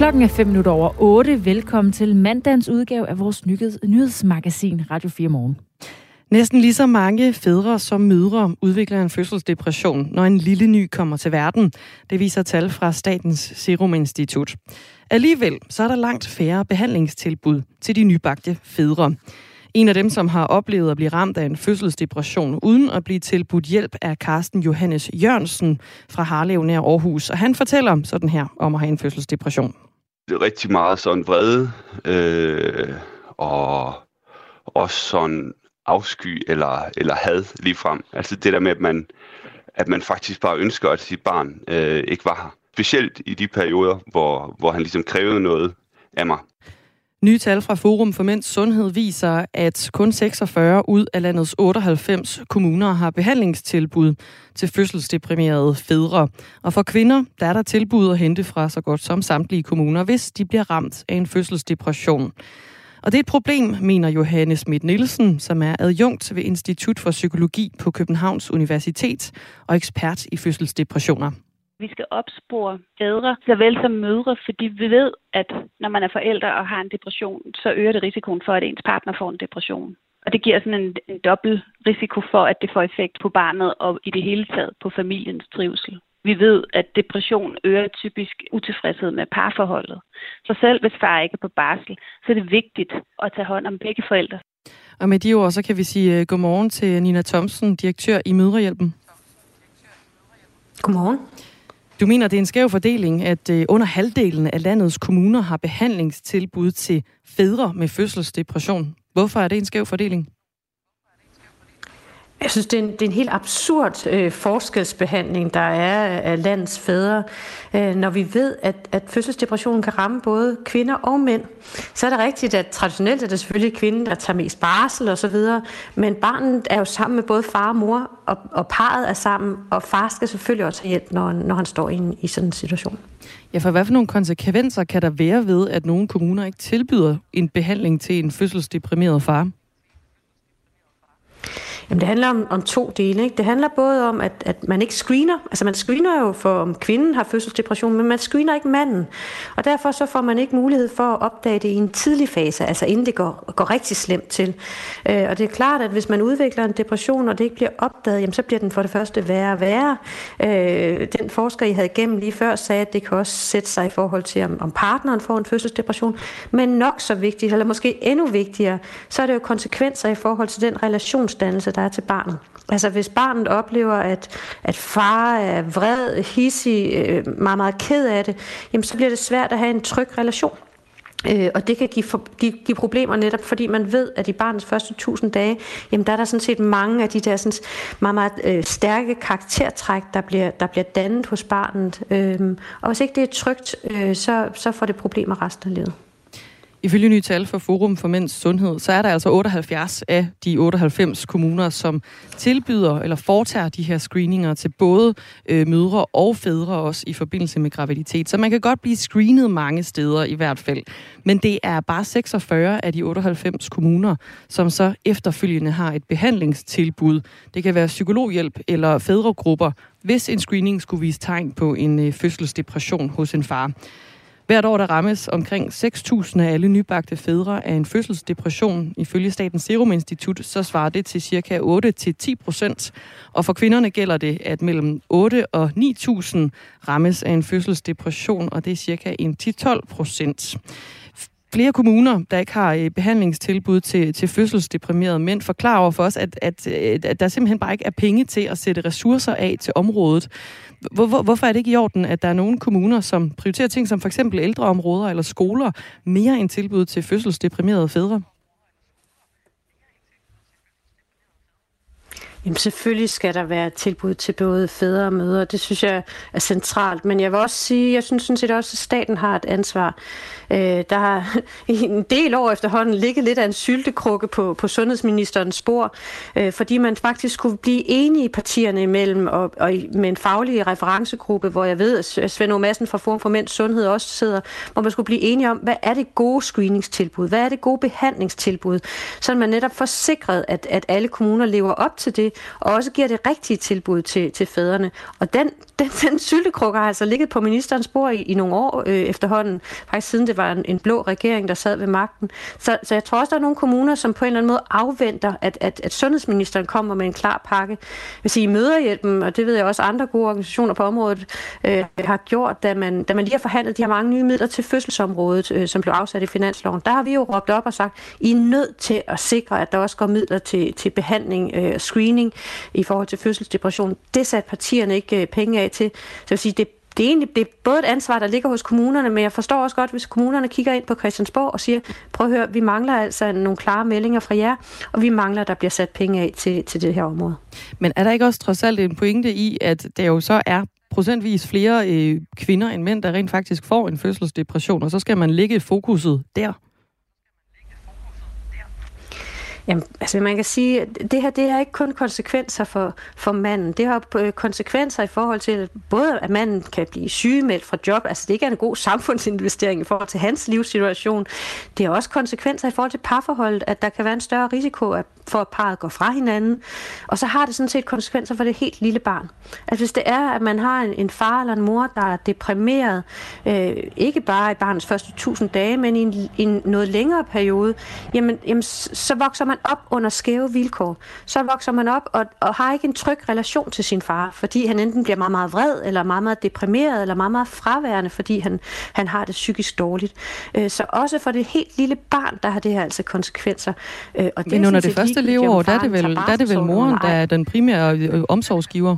Klokken er 7:05. Velkommen til mandagens udgave af vores nyhedsmagasin Radio 4 Morgen. Næsten lige så mange fædre som mødre udvikler en fødselsdepression, når en lille ny kommer til verden. Det viser tal fra Statens Serum Institut. Alligevel så er der langt færre behandlingstilbud til de nybagte fædre. En af dem, som har oplevet at blive ramt af en fødselsdepression uden at blive tilbudt hjælp, er Carsten Johannes Jørgensen fra Harlev nær Aarhus. Og han fortæller sådan her om at have en fødselsdepression. Det er rigtig meget sådan vrede og også sådan afsky eller had ligefrem. Altså det der med, at man faktisk bare ønsker, at sit barn ikke var her. Specielt i de perioder, hvor han ligesom krævede noget af mig. Nye tal fra Forum for Mænds Sundhed viser, at kun 46 ud af landets 98 kommuner har behandlingstilbud til fødselsdeprimerede fædre. Og for kvinder, der er der tilbud at hente fra så godt som samtlige kommuner, hvis de bliver ramt af en fødselsdepression. Og det er et problem, mener Johanne Schmidt Nielsen, som er adjunkt ved Institut for Psykologi på Københavns Universitet og ekspert i fødselsdepressioner. Vi skal opspore fædre såvel som mødre, fordi vi ved, at når man er forældre og har en depression, så øger det risikoen for, at ens partner får en depression. Og det giver sådan en dobbelt risiko for, at det får effekt på barnet og i det hele taget på familiens trivsel. Vi ved, at depression øger typisk utilfredshed med parforholdet. Så selv hvis far ikke er på barsel, så er det vigtigt at tage hånd om begge forældre. Og med de ord, så kan vi sige godmorgen til Nina Thomsen, direktør i Mødrehjælpen. Godmorgen. Du mener, det er en skæv fordeling, at under halvdelen af landets kommuner har behandlingstilbud til fædre med fødselsdepression. Hvorfor er det en skæv fordeling? Jeg synes, det er en helt absurd forskelsbehandling, der er af landets fædre. Når vi ved, at fødselsdepressionen kan ramme både kvinder og mænd, så er det rigtigt, at traditionelt er det selvfølgelig kvinden, der tager mest barsel og så videre. Men barnet er jo sammen med både far og mor, og parret er sammen, og far skal selvfølgelig også have hjælp, når han står i sådan en situation. Ja, for hvad for nogle konsekvenser kan der være ved, at nogle kommuner ikke tilbyder en behandling til en fødselsdeprimeret far? Jamen, det handler om to dele. Ikke? Det handler både om, at man ikke screener. Altså, man screener jo for, om kvinden har fødselsdepression, men man screener ikke manden. Og derfor så får man ikke mulighed for at opdage det i en tidlig fase, altså inden det går rigtig slemt til. Og det er klart, at hvis man udvikler en depression, og det ikke bliver opdaget, jamen, så bliver den for det første værre og værre. Den forsker, I havde igennem lige før, sagde, at det kan også sætte sig i forhold til, om partneren får en fødselsdepression. Men nok så vigtigt, eller måske endnu vigtigere, så er det jo konsekvenser i forhold til den relationsdannelse, der er til barnet. Altså hvis barnet oplever, at far er vred, hidsig, meget, meget ked af det, jamen så bliver det svært at have en tryg relation. Og det kan give problemer netop, fordi man ved, at i barnets første 1000 dage, jamen der er der sådan set mange af de der sådan meget, meget stærke karaktertræk, der bliver dannet hos barnet. Og hvis ikke det er trygt, så får det problemer resten af livet. Ifølge nye tal for Forum for Mænds Sundhed, så er der altså 78 af de 98 kommuner, som tilbyder eller foretager de her screeninger til både mødre og fædre også i forbindelse med graviditet. Så man kan godt blive screenet mange steder i hvert fald. Men det er bare 46 af de 98 kommuner, som så efterfølgende har et behandlingstilbud. Det kan være psykologhjælp eller fædregrupper, hvis en screening skulle vise tegn på en fødselsdepression hos en far. Hvert år der rammes omkring 6.000 af alle nybagte fædre af en fødselsdepression. Ifølge Statens Serum Institut, så svarer det til ca. 8-10%. Og for kvinderne gælder det, at mellem 8 og 9.000 rammes af en fødselsdepression, og det er ca. 10-12%. Flere kommuner, der ikke har behandlingstilbud til fødselsdeprimerede mænd, forklarer over for os, at der simpelthen bare ikke er penge til at sætte ressourcer af til området. Hvorfor er det ikke i orden, at der er nogle kommuner, som prioriterer ting som for eksempel ældreområder eller skoler, mere end tilbud til fødselsdeprimerede fædre? Jamen selvfølgelig skal der være tilbud til både fædre og mødre. Det synes jeg er centralt. Men jeg vil også sige, jeg synes sådan set også, at staten har et ansvar. Der har i en del år efterhånden ligget lidt af en syltekrukke på sundhedsministerens spor, fordi man faktisk skulle blive enige partierne imellem og med en faglig referencegruppe, hvor jeg ved, at Svend O. Madsen fra Forum for Mænds Sundhed også sidder, hvor man skulle blive enige om, hvad er det gode screeningstilbud, hvad er det gode behandlingstilbud, så man netop får sikret, at alle kommuner lever op til det, og også giver det rigtige tilbud til fædrene. Og den syltekrukke har altså ligget på ministerens bord i nogle år efterhånden, faktisk siden det var en blå regering, der sad ved magten. Så jeg tror også, der er nogle kommuner, som på en eller anden måde afventer, at sundhedsministeren kommer med en klar pakke. Jeg vil sige, Mødrehjælpen, og det ved jeg også andre gode organisationer på området, har gjort, da man lige har forhandlet de her mange nye midler til fødselsområdet, som blev afsat i finansloven. Der har vi jo råbt op og sagt, I er nødt til at sikre, at der også går midler til behandling og screening i forhold til fødselsdepression. Det satte partierne ikke penge af til. Så jeg vil sige, det er både et ansvar, der ligger hos kommunerne, men jeg forstår også godt, hvis kommunerne kigger ind på Christiansborg og siger, prøv at høre, vi mangler altså nogle klare meldinger fra jer, og vi mangler, at der bliver sat penge af til det her område. Men er der ikke også trods alt en pointe i, at der jo så er procentvis flere kvinder end mænd, der rent faktisk får en fødselsdepression, og så skal man lægge fokuset der? Jamen, altså man kan sige, at det her, det har ikke kun konsekvenser for manden. Det har konsekvenser i forhold til, både at manden kan blive sygemeldt fra job, altså det ikke er en god samfundsinvestering i forhold til hans livssituation. Det har også konsekvenser i forhold til parforholdet, at der kan være en større risiko for, at parret går fra hinanden. Og så har det sådan set konsekvenser for det helt lille barn. Altså hvis det er, at man har en far eller en mor, der er deprimeret, ikke bare i barnets første 1000 dage, men i en noget længere periode, jamen så vokser man op under skæve vilkår. Så vokser man op og har ikke en tryg relation til sin far, fordi han enten bliver meget, meget vred, eller meget, meget deprimeret, eller meget, meget fraværende, fordi han har det psykisk dårligt. Så også for det helt lille barn, der har det her altså konsekvenser. Og men under det første leveår, der er det vel moren, der er den primære omsorgsgiver?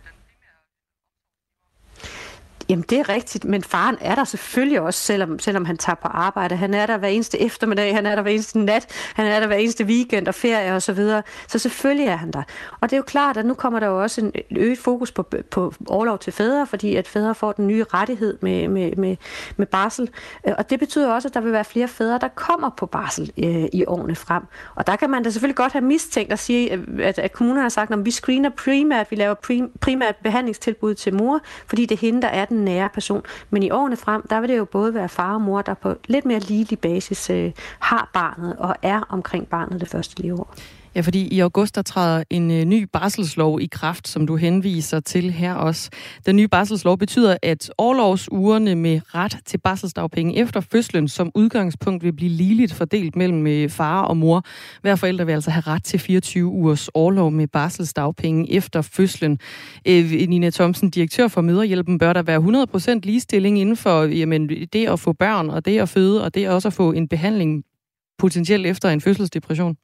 Jamen, det er rigtigt, men faren er der selvfølgelig også, selvom han tager på arbejde. Han er der hver eneste eftermiddag, han er der hver eneste nat, han er der hver eneste weekend og ferie og så videre. Så selvfølgelig er han der. Og det er jo klart, at nu kommer der jo også en øget fokus på orlov til fædre, fordi at fædre får den nye rettighed med barsel. Og det betyder også, at der vil være flere fædre, der kommer på barsel i årene frem. Og der kan man da selvfølgelig godt have mistænkt at sige, at kommunerne har sagt, at vi screener primært, vi laver primært behandlingstilbud til mor, fordi det er hende, der er den nære person. Men i årene frem, der vil det jo både være far og mor, der på lidt mere ligelig basis har barnet og er omkring barnet det første leveår. Ja, fordi i august der træder en ny barselslov i kraft, som du henviser til her også. Den nye barselslov betyder, at orlovsugerne med ret til barselsdagpenge efter fødslen som udgangspunkt vil blive ligeligt fordelt mellem far og mor. Hver forælder vil altså have ret til 24 ugers orlov med barselsdagpenge efter fødslen. Nina Thomsen, direktør for Mødrehjælpen, bør der være 100% ligestilling inden for det at få børn, og det at føde, og det også at få en behandling potentielt efter en fødselsdepression?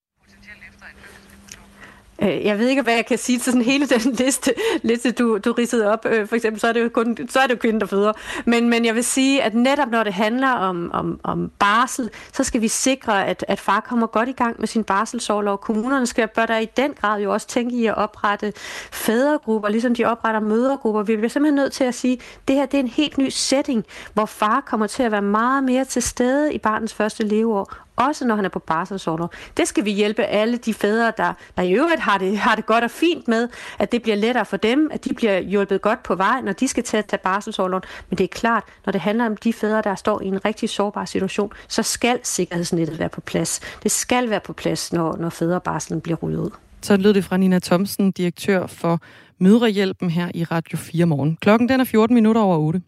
Jeg ved ikke, hvad jeg kan sige til sådan hele den liste du ridsede op. For eksempel, så er det jo kvinden, der føder. Men jeg vil sige, at netop når det handler om barsel, så skal vi sikre, at far kommer godt i gang med sin barselsorlov. Kommunerne bør der i den grad jo også tænke i at oprette fædregrupper, ligesom de opretter mødregrupper. Vi bliver simpelthen nødt til at sige, at det her det er en helt ny setting, hvor far kommer til at være meget mere til stede i barnets første leveår, også når han er på barselsorlov. Det skal vi hjælpe alle de fædre, der i øvrigt har det godt og fint med, at det bliver lettere for dem, at de bliver hjulpet godt på vej, når de skal til at tage barselsorlov. Men det er klart, når det handler om de fædre, der står i en rigtig sårbar situation, så skal sikkerhedsnettet være på plads. Det skal være på plads, når fædrebarslen bliver rullet ud. Så lød det fra Nina Thomsen, direktør for Mødrehjælpen her i Radio 4 morgen. Klokken den er 14 minutter over 8.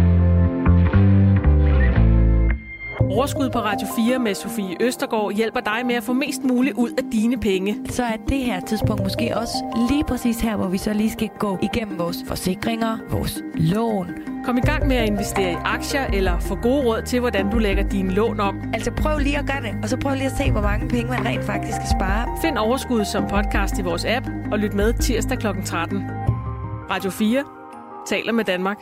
Overskud på Radio 4 med Sofie Østergaard hjælper dig med at få mest muligt ud af dine penge. Så er det her tidspunkt måske også lige præcis her, hvor vi så lige skal gå igennem vores forsikringer, vores lån. Kom i gang med at investere i aktier eller få gode råd til, hvordan du lægger dine lån om. Altså prøv lige at gøre det, og så prøv lige at se, hvor mange penge man rent faktisk skal spare. Find Overskud som podcast i vores app og lyt med tirsdag kl. 13. Radio 4 taler med Danmark.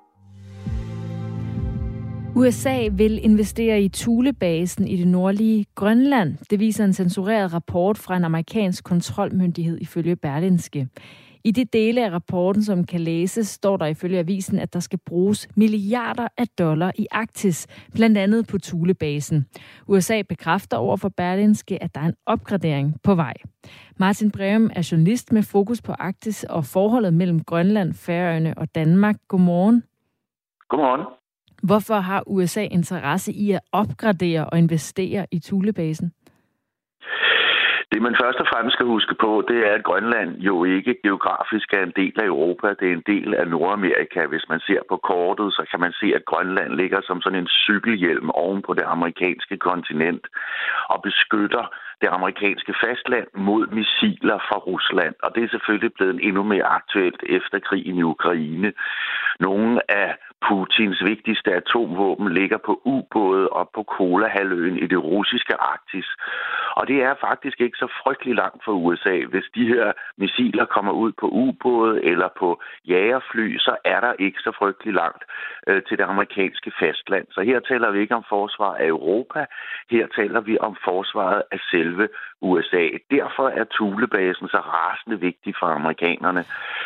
USA vil investere i Thulebasen i det nordlige Grønland. Det viser en censureret rapport fra en amerikansk kontrolmyndighed ifølge Berlingske. I de dele af rapporten, som kan læses, står der ifølge avisen, at der skal bruges milliarder af dollar i Arktis, blandt andet på Thulebasen. USA bekræfter over for Berlingske, at der er en opgradering på vej. Martin Breum er journalist med fokus på Arktis og forholdet mellem Grønland, Færøerne og Danmark. Godmorgen. Godmorgen. Hvorfor har USA interesse i at opgradere og investere i Thulebasen? Det, man først og fremmest skal huske på, det er, at Grønland jo ikke geografisk er en del af Europa. Det er en del af Nordamerika. Hvis man ser på kortet, så kan man se, at Grønland ligger som sådan en cykelhjelm oven på det amerikanske kontinent og beskytter det amerikanske fastland mod missiler fra Rusland. Og det er selvfølgelig blevet endnu mere aktuelt efter krigen i Ukraine. Nogle af Putins vigtigste atomvåben ligger på ubåde og på Kolahalvøen i det russiske Arktis. Og det er faktisk ikke så frygtelig langt fra USA. Hvis de her missiler kommer ud på ubåde eller på jagerfly, så er der ikke så frygtelig langt til det amerikanske fastland. Så her taler vi ikke om forsvar af Europa. Her taler vi om forsvaret af selve USA. Derfor er Thulebasen så rasende vigtig for amerikanerne.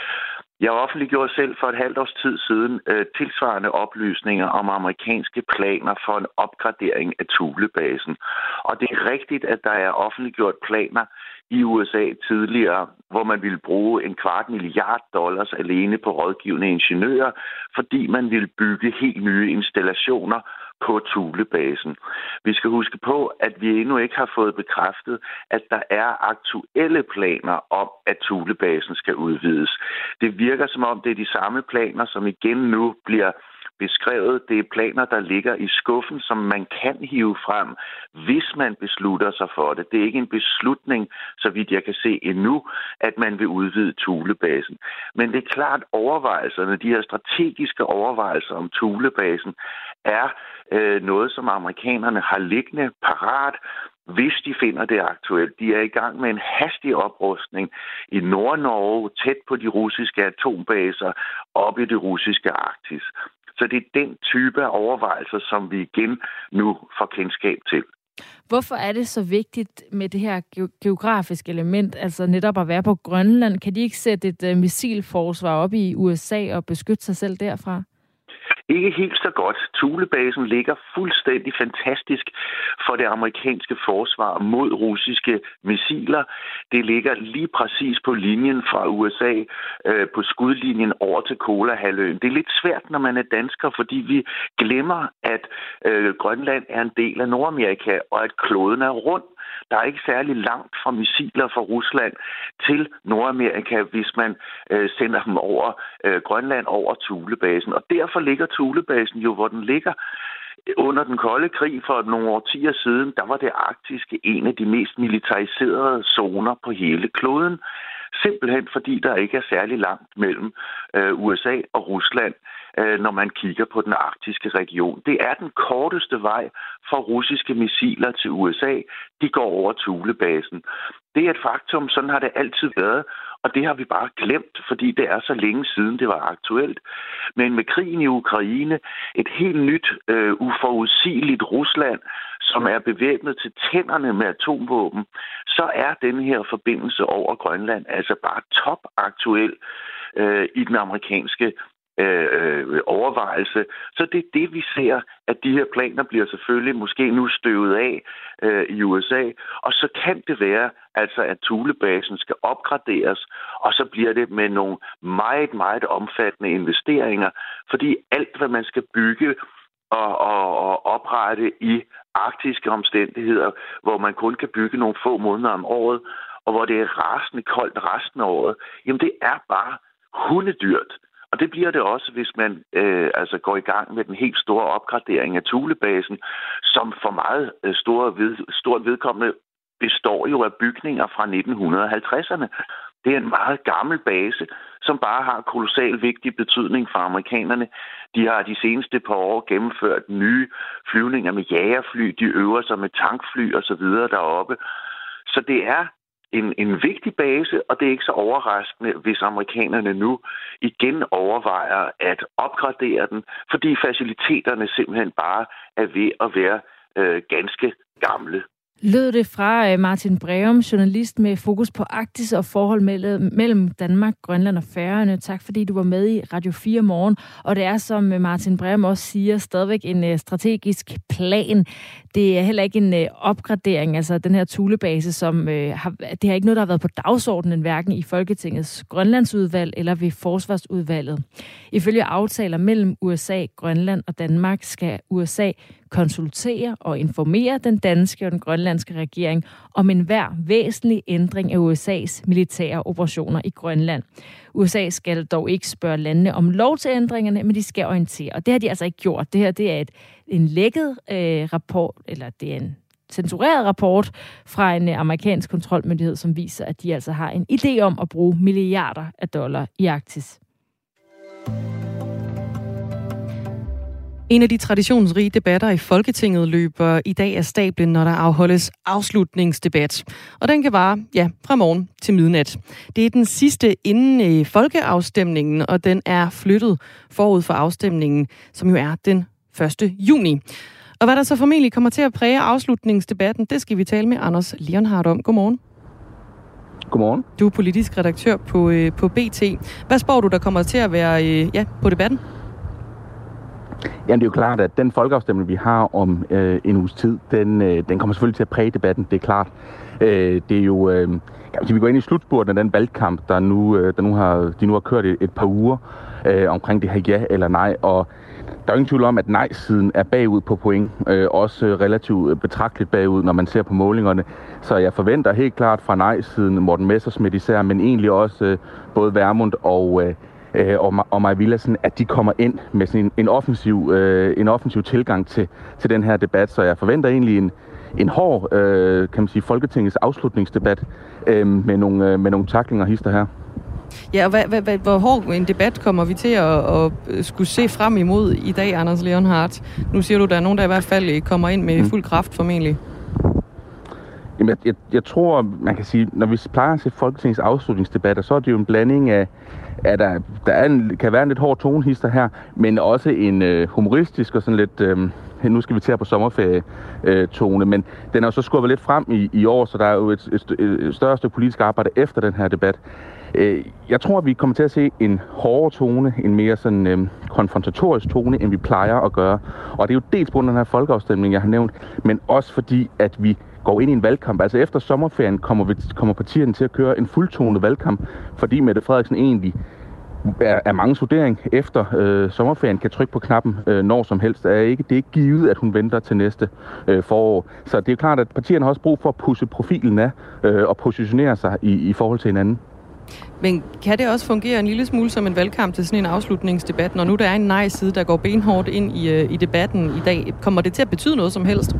Jeg offentliggjorde selv for et halvt års tid siden tilsvarende oplysninger om amerikanske planer for en opgradering af Thulebasen. Og det er rigtigt, at der er offentliggjort planer i USA tidligere, hvor man ville bruge $250 milliard alene på rådgivende ingeniører, fordi man ville bygge helt nye installationer på Thulebasen. Vi skal huske på, at vi endnu ikke har fået bekræftet, at der er aktuelle planer om, at Thulebasen skal udvides. Det virker som om, det er de samme planer, som igen nu bliver beskrevet. Det er planer, der ligger i skuffen, som man kan hive frem, hvis man beslutter sig for det. Det er ikke en beslutning, så vidt jeg kan se endnu, at man vil udvide Thulebasen. Men det er klart, overvejelserne, de her strategiske overvejelser om Thulebasen, er noget, som amerikanerne har liggende parat, hvis de finder det aktuelt. De er i gang med en hastig oprustning i Nord-Norge, tæt på de russiske atombaser, op i det russiske Arktis. Så det er den type af overvejelser, som vi igen nu får kendskab til. Hvorfor er det så vigtigt med det her geografiske element, altså netop at være på Grønland? Kan de ikke sætte et missilforsvar op i USA og beskytte sig selv derfra? Ikke helt så godt. Thulebasen ligger fuldstændig fantastisk for det amerikanske forsvar mod russiske missiler. Det ligger lige præcis på linjen fra USA, på skudlinjen over til Kolahalvøen. Det er lidt svært, når man er dansker, fordi vi glemmer, at Grønland er en del af Nordamerika, og at kloden er rund. Der er ikke særlig langt fra missiler fra Rusland til Nordamerika, hvis man sender dem over Grønland over Thulebasen. Og derfor ligger Thulebasen jo, hvor den ligger. Under den kolde krig for nogle årtier siden, der var det arktiske en af de mest militariserede zoner på hele kloden. Simpelthen fordi der ikke er særlig langt mellem USA og Rusland, når man kigger på den arktiske region. Det er den korteste vej for russiske missiler til USA. De går over Thulebasen. Det er et faktum, sådan har det altid været, og det har vi bare glemt, fordi det er så længe siden, det var aktuelt. Men med krigen i Ukraine, et helt nyt, uforudsigeligt Rusland, som er bevæbnet til tænderne med atomvåben, så er den her forbindelse over Grønland altså bare topaktuel i den amerikanske overvejelse. Så det er det, vi ser, at de her planer bliver selvfølgelig måske nu støvet af i USA, og så kan det være, altså at Thulebasen skal opgraderes, og så bliver det med nogle meget, meget omfattende investeringer, fordi alt, hvad man skal bygge og oprette i arktiske omstændigheder, hvor man kun kan bygge nogle få måneder om året, og hvor det er rasende koldt resten af året, jamen det er bare hundedyrt. Og det bliver det også, hvis man går i gang med den helt store opgradering af Thulebasen, som for meget stort vedkommende består jo af bygninger fra 1950'erne. Det er en meget gammel base, som bare har kolossal vigtig betydning for amerikanerne. De har de seneste par år gennemført nye flyvninger med jagerfly, de øver sig med tankfly osv. deroppe. Så det er en vigtig base, og det er ikke så overraskende, hvis amerikanerne nu igen overvejer at opgradere den, fordi faciliteterne simpelthen bare er ved at være ganske gamle. Lød det fra Martin Breum, journalist med fokus på Arktis og forhold mellem Danmark, Grønland og Færøerne. Tak fordi du var med i Radio 4 morgen. Og det er, som Martin Breum også siger, stadigvæk en strategisk plan. Det er heller ikke en opgradering, altså den her Thulebase, som det har ikke noget, der har været på dagsordenen, hverken i Folketingets Grønlandsudvalg eller ved Forsvarsudvalget. Ifølge aftaler mellem USA, Grønland og Danmark skal USA konsultere og informere den danske og den grønlandske regering om enhver væsentlig ændring af USA's militære operationer i Grønland. USA skal dog ikke spørge landene om lov til ændringerne, men de skal orientere. Og det har de altså ikke gjort. Det her det er en lækket rapport, eller det er en censureret rapport fra en amerikansk kontrolmyndighed, som viser, at de altså har en idé om at bruge milliarder af dollar i Arktis. En af de traditionsrige debatter i Folketinget løber i dag af stablen, når der afholdes afslutningsdebat. Og den kan vare, fra morgen til midnat. Det er den sidste inden folkeafstemningen, og den er flyttet forud for afstemningen, som jo er den 1. juni. Og hvad der så formentlig kommer til at præge afslutningsdebatten, det skal vi tale med Anders Leonhardt om. Godmorgen. Godmorgen. Du er politisk redaktør på BT. Hvad spår du, der kommer til at være på debatten? Jamen, det er jo klart, at den folkeafstemning, vi har om en uges tid, den kommer selvfølgelig til at præge debatten, det er klart. Det er jo, vi går ind i slutspurten af den valgkamp, de nu har kørt et par uger omkring det her ja eller nej, og der er ingen tvivl om, at nej-siden er bagud på point, også relativt betragteligt bagud, når man ser på målingerne. Så jeg forventer helt klart fra nej-siden Morten Messerschmidt især, men egentlig også både Vermund og Mai Villadsen, at de kommer ind med sådan en offensiv tilgang til den her debat. Så jeg forventer egentlig en hård, kan man sige, Folketingets afslutningsdebat med nogle tacklinger og hister her. Ja, og hvor hård en debat kommer vi til at skulle se frem imod i dag, Anders Leonhardt? Nu siger du, der er nogen, der i hvert fald kommer ind med fuld kraft formentlig. Jamen, jeg tror, man kan sige, når vi plejer at se Folketingets afslutningsdebatter, så er det jo en blanding af, at der kan være en lidt hård tonehister her, men også en humoristisk og sådan lidt, nu skal vi til på sommerferie tone, men den er jo så skubbet lidt frem i år, så der er jo et større stykke politisk arbejde efter den her debat. Jeg tror, at vi kommer til at se en hårdere tone, en mere sådan konfrontatorisk tone, end vi plejer at gøre. Og det er jo dels på den her folkeafstemning, jeg har nævnt, men også fordi, at vi går ind i en valgkamp. Altså efter sommerferien kommer partierne til at køre en fuldtonet valgkamp, fordi Mette Frederiksen egentlig er mange vurdering efter sommerferien kan trykke på knappen når som helst. Det er ikke givet, at hun venter til næste forår. Så det er klart, at partierne har også brug for at pusse profilen af og positionere sig i forhold til hinanden. Men kan det også fungere en lille smule som en valgkamp til sådan en afslutningsdebat, når nu der er en nej-side, der går benhårdt ind i debatten i dag? Kommer det til at betyde noget som helst?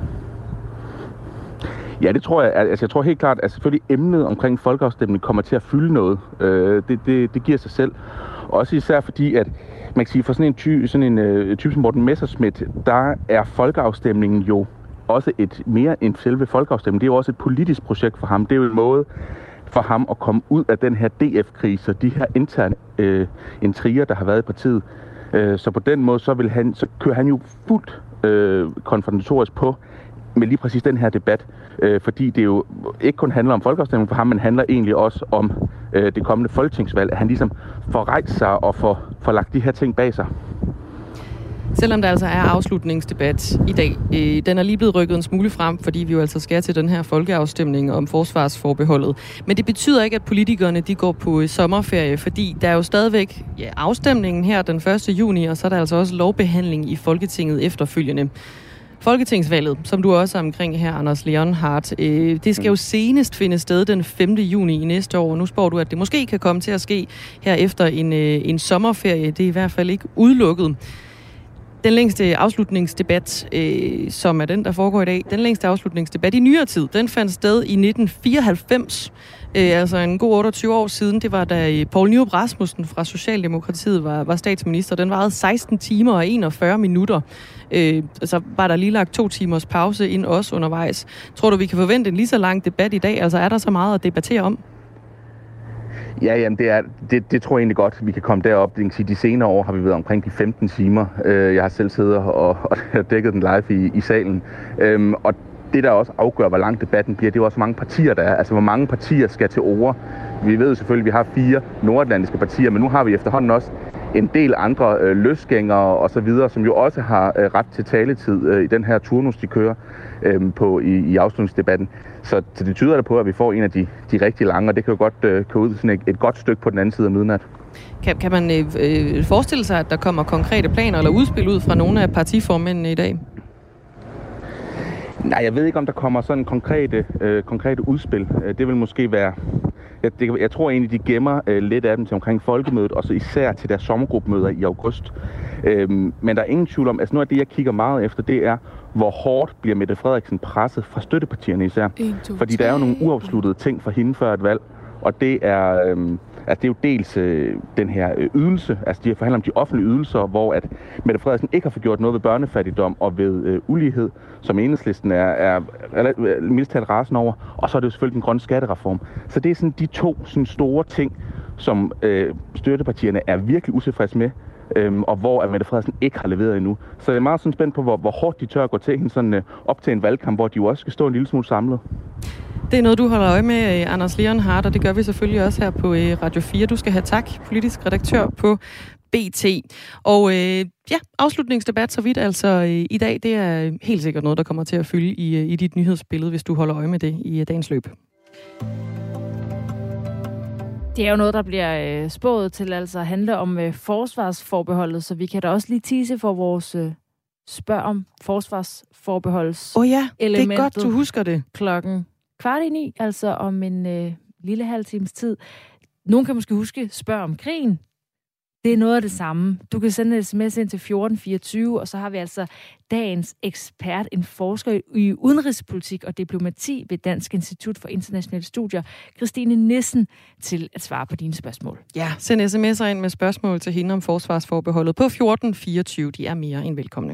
Ja, det tror jeg. Altså, jeg tror helt klart, at selvfølgelig emnet omkring folkeafstemningen kommer til at fylde noget. Det giver sig selv. Også især fordi, at man kan sige, for sådan en type som Morten Messerschmidt, der er folkeafstemningen jo også et mere end selve folkeafstemningen. Det er jo også et politisk projekt for ham. Det er jo en måde for ham at komme ud af den her DF-krise, de her interne intriger, der har været i partiet. Så på den måde, så kører han jo fuldt konfrontatorisk på med lige præcis den her debat, fordi det jo ikke kun handler om folkeafstemning for ham, men handler egentlig også om det kommende folketingsvalg, at han ligesom får rejst sig og får lagt de her ting bag sig. Selvom der altså er afslutningsdebat i dag, den er lige blevet rykket en smule frem, fordi vi jo altså skal til den her folkeafstemning om forsvarsforbeholdet. Men det betyder ikke, at politikerne de går på sommerferie, fordi der er jo stadigvæk afstemningen her den 1. juni, og så er der altså også lovbehandling i Folketinget efterfølgende. Folketingsvalget, som du også er omkring her, Anders Leonhardt, det skal jo senest finde sted den 5. juni i næste år. Nu spår du, at det måske kan komme til at ske her efter en sommerferie. Det er i hvert fald ikke udelukket. Den længste afslutningsdebat, som er den, der foregår i dag, den længste afslutningsdebat i nyere tid, den fandt sted i 1994, altså en god 28 år siden. Det var da Poul Nyrup Rasmussen fra Socialdemokratiet var statsminister. Den varede 16 timer og 41 minutter. Så var der lige lagt 2 timers pause ind også undervejs. Tror du, vi kan forvente en lige så lang debat i dag? Altså er der så meget at debattere om? Ja, jamen det tror jeg egentlig godt, vi kan komme derop. Det kan sige, de senere år har vi været omkring de 15 timer. Jeg har selv siddet og dækket den live i salen. Og det, der også afgør, hvor lang debatten bliver, det er jo også, hvor mange partier der er. Altså, hvor mange partier skal til ord. Vi ved selvfølgelig, at vi har 4 nordatlantiske partier, men nu har vi efterhånden også en del andre løsgængere og så videre, som jo også har ret til taletid i den her turnus, de kører i afslutningsdebatten. Så det tyder det på, at vi får en af de rigtig lange, og det kan jo godt køre ud sådan et godt stykke på den anden side af midnat. Kan man forestille sig, at der kommer konkrete planer eller udspil ud fra nogle af partiformændene i dag? Nej, jeg ved ikke, om der kommer sådan konkrete udspil. Det vil måske være... Jeg tror egentlig, de gemmer lidt af dem til omkring folkemødet, og så især til deres sommergruppemøder i august. Men der er ingen tvivl om, altså noget af det, jeg kigger meget efter, det er, hvor hårdt bliver Mette Frederiksen presset fra støttepartierne især. Fordi der er jo nogle uafsluttede ting for hende før et valg, og det er... det er jo dels den her ydelse, altså de har forhandlet om de offentlige ydelser, hvor at Mette Frederiksen ikke har fået gjort noget ved børnefattigdom og ved ulighed, som Enhedslisten er mildest talt rasende over. Og så er det jo selvfølgelig den grønne skattereform. Så det er sådan de to sådan store ting, som støttepartierne er virkelig utilfredse med, og hvor Mette Frederiksen ikke har leveret endnu. Så jeg er meget sådan spændt på, hvor hårdt de tør at gå til hende sådan, op til en valgkamp, hvor de jo også skal stå en lille smule samlet. Det er noget, du holder øje med, Anders Leonhardt, og det gør vi selvfølgelig også her på Radio 4. Du skal have tak, politisk redaktør på BT. Og afslutningsdebat så vidt altså i dag, det er helt sikkert noget, der kommer til at fylde i dit nyhedsbillede, hvis du holder øje med det i dagens løb. Det er jo noget, der bliver spået til altså at handle om forsvarsforbeholdet, så vi kan da også lige tease for vores spørg om forsvarsforbeholds det er godt, du husker det. Klokken 8:45, altså om en lille halv times tid. Nogen kan måske huske spørg om krigen. Det er noget af det samme. Du kan sende en sms ind til 1424, og så har vi altså dagens ekspert, en forsker i udenrigspolitik og diplomati ved Dansk Institut for Internationale Studier, Christine Nissen, til at svare på dine spørgsmål. Ja, send sms'er ind med spørgsmål til hende om forsvarsforbeholdet på 1424. De er mere end velkomne.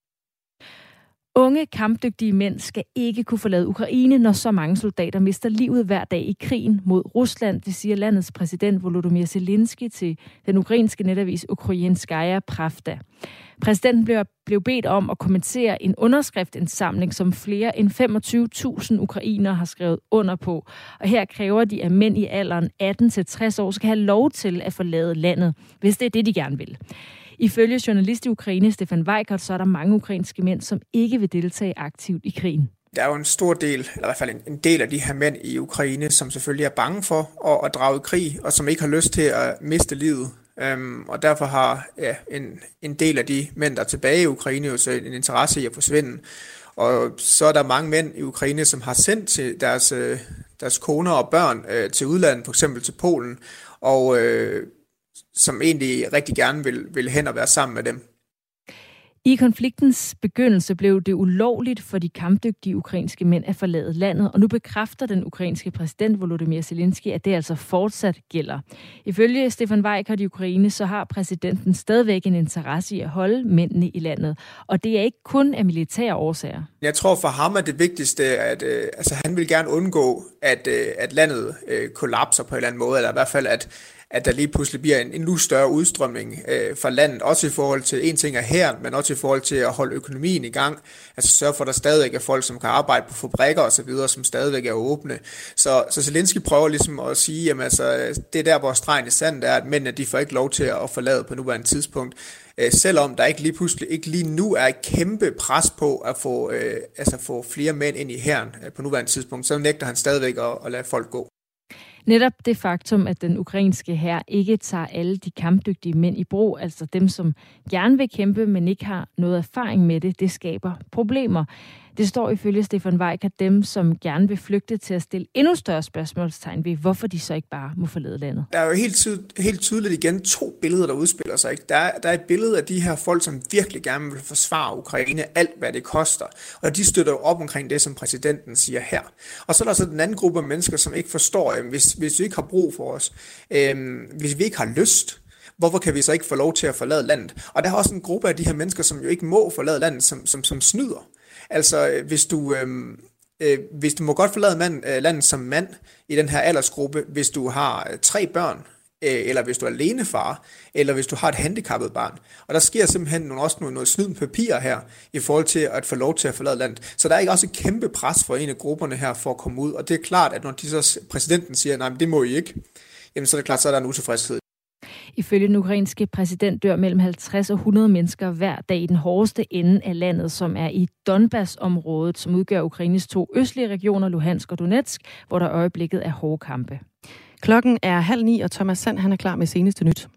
Unge, kampdygtige mænd skal ikke kunne forlade Ukraine, når så mange soldater mister livet hver dag i krigen mod Rusland. Det siger landets præsident Volodymyr Zelensky til den ukrainske netavis Ukrainskaya Pravda. Præsidenten blev bedt om at kommentere en underskriftindsamling, som flere end 25.000 ukrainere har skrevet under på. Og her kræver de, at mænd i alderen 18-60 år skal have lov til at forlade landet, hvis det er det, de gerne vil. Ifølge journalist i Ukraine, Stefan Weikert, så er der mange ukrainske mænd, som ikke vil deltage aktivt i krigen. Der er jo en stor del, eller i hvert fald en del af de her mænd i Ukraine, som selvfølgelig er bange for at drage i krig, og som ikke har lyst til at miste livet. Og derfor har en del af de mænd, der er tilbage i Ukraine, jo så en interesse i at forsvinde. Og så er der mange mænd i Ukraine, som har sendt til deres koner og børn til udlandet, for eksempel til Polen, og som egentlig rigtig gerne vil hen og være sammen med dem. I konfliktens begyndelse blev det ulovligt for de kampdygtige ukrainske mænd at forlade landet, og nu bekræfter den ukrainske præsident Volodymyr Zelensky, at det altså fortsat gælder. Ifølge Stefan Weikert i Ukraine, så har præsidenten stadigvæk en interesse i at holde mændene i landet, og det er ikke kun af militære årsager. Jeg tror for ham er det vigtigste, at han vil gerne undgå, at landet kollapser på en eller anden måde, eller i hvert fald at der lige pludselig bliver en endnu større udstrømning fra landet, også i forhold til en ting af hæren, men også i forhold til at holde økonomien i gang, altså sørge for, at der stadigvæk er folk, som kan arbejde på fabrikker og så videre, som stadigvæk er åbne. Så Zelensky prøver ligesom at sige, jamen altså, det er der, hvor stregen i sandet er, at mændene, de får ikke lov til at forlade på nuværende tidspunkt, selvom der ikke lige nu er et kæmpe pres på at få flere mænd ind i hæren på nuværende tidspunkt, så nægter han stadigvæk at lade folk gå. Netop det faktum, at den ukrainske hær ikke tager alle de kampdygtige mænd i brug, altså dem, som gerne vil kæmpe, men ikke har noget erfaring med det, det skaber problemer. Det står ifølge Stefan Weikert dem, som gerne vil flygte, til at stille endnu større spørgsmålstegn ved, hvorfor de så ikke bare må forlade landet. Der er jo helt tydeligt igen to billeder, der udspiller sig. Ikke? Der er et billede af de her folk, som virkelig gerne vil forsvare Ukraine, alt hvad det koster. Og de støtter jo op omkring det, som præsidenten siger her. Og så er der så den anden gruppe af mennesker, som ikke forstår, hvis vi ikke har brug for os, hvis vi ikke har lyst, hvorfor kan vi så ikke få lov til at forlade landet? Og der er også en gruppe af de her mennesker, som jo ikke må forlade landet, som snyder. Altså, hvis du må godt forlade landet som mand i den her aldersgruppe, hvis du har 3 børn, eller hvis du er alenefar, eller hvis du har et handicappet barn. Og der sker simpelthen også noget snyd med papirer her, i forhold til at få lov til at forlade landet. Så der er ikke også et kæmpe pres for en af grupperne her for at komme ud. Og det er klart, at når præsidenten siger, nej, men det må I ikke, jamen så er det klart, så er der en utilfredshed. Ifølge den ukrainske præsident dør mellem 50 og 100 mennesker hver dag i den hårdeste ende af landet, som er i Donbass-området, som udgør Ukraines 2 østlige regioner, Luhansk og Donetsk, hvor der øjeblikket er hårde kampe. Klokken er 8:30, og Thomas Sand, han er klar med seneste nyt.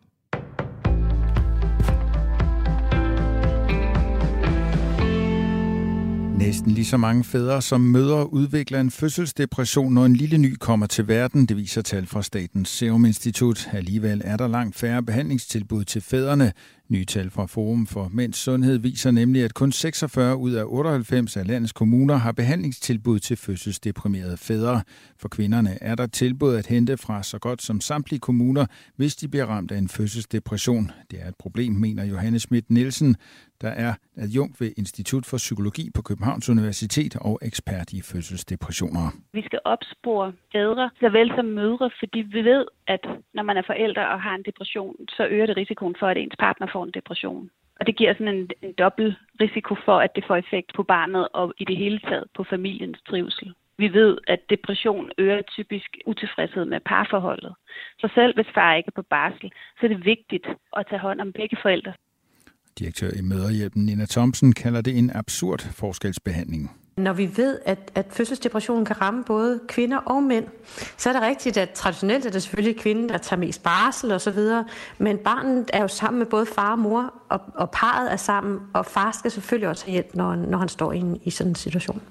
Næsten lige så mange fædre som mødre udvikler en fødselsdepression, når en lille ny kommer til verden. Det viser tal fra Statens Serum Institut. Alligevel er der langt færre behandlingstilbud til fædrene. Nye tal fra Forum for Mænds Sundhed viser nemlig, at kun 46 ud af 98 af landets kommuner har behandlingstilbud til fødselsdeprimerede fædre. For kvinderne er der tilbud at hente fra så godt som samtlige kommuner, hvis de bliver ramt af en fødselsdepression. Det er et problem, mener Johanne Schmidt Nielsen, der er adjunkt ved Institut for Psykologi på Københavns Universitet og ekspert i fødselsdepressioner. Vi skal opspore fædre, såvel som mødre, fordi vi ved, at når man er forældre og har en depression, så øger det risikoen for, at ens partner får en depression. Og det giver sådan en dobbelt risiko for, at det får effekt på barnet og i det hele taget på familiens trivsel. Vi ved, at depression øger typisk utilfredshed med parforholdet. Så selv hvis far ikke er på barsel, så er det vigtigt at tage hånd om begge forældre. Direktør i Mødrehjælpen Nina Thomsen kalder det en absurd forskelsbehandling. Når vi ved, at fødselsdepressionen kan ramme både kvinder og mænd, så er det rigtigt, at traditionelt er det selvfølgelig kvinden, der tager mest barsel osv., men barnet er jo sammen med både far og mor, og parret er sammen, og far skal selvfølgelig også have hjælp, når han står i sådan en situation.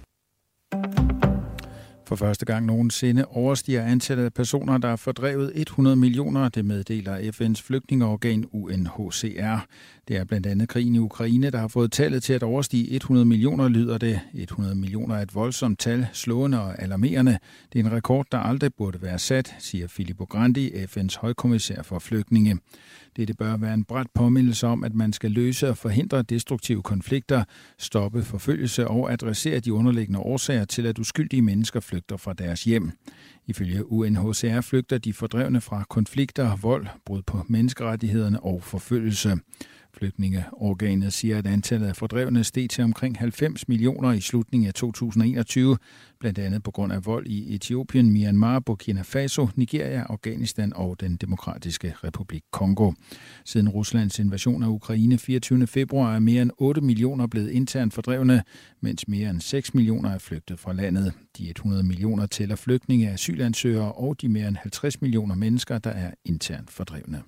For første gang nogensinde overstiger antallet af personer, der er fordrevet 100 millioner. Det meddeler FN's flygtningeorgan UNHCR. Det er blandt andet krigen i Ukraine, der har fået tallet til at overstige 100 millioner, lyder det. 100 millioner er et voldsomt tal, slående og alarmerende. Det er en rekord, der aldrig burde være sat, siger Filippo Grandi, FN's højkommissær for flygtninge. Det bør være en brat påmindelse om, at man skal løse og forhindre destruktive konflikter, stoppe forfølgelse og adressere de underliggende årsager til, at uskyldige mennesker flygter fra deres hjem. Ifølge UNHCR flygter de fordrevne fra konflikter, vold, brud på menneskerettighederne og forfølgelse. Flygtningeorganet siger, at antallet af fordrevne steg til omkring 90 millioner i slutningen af 2021, blandt andet på grund af vold i Etiopien, Myanmar, Burkina Faso, Nigeria, Afghanistan og den Demokratiske Republik Kongo. Siden Ruslands invasion af Ukraine 24. februar er mere end 8 millioner blevet internt fordrevne, mens mere end 6 millioner er flygtet fra landet. De 100 millioner tæller flygtninge, asylansøgere og de mere end 50 millioner mennesker, der er internt fordrevne.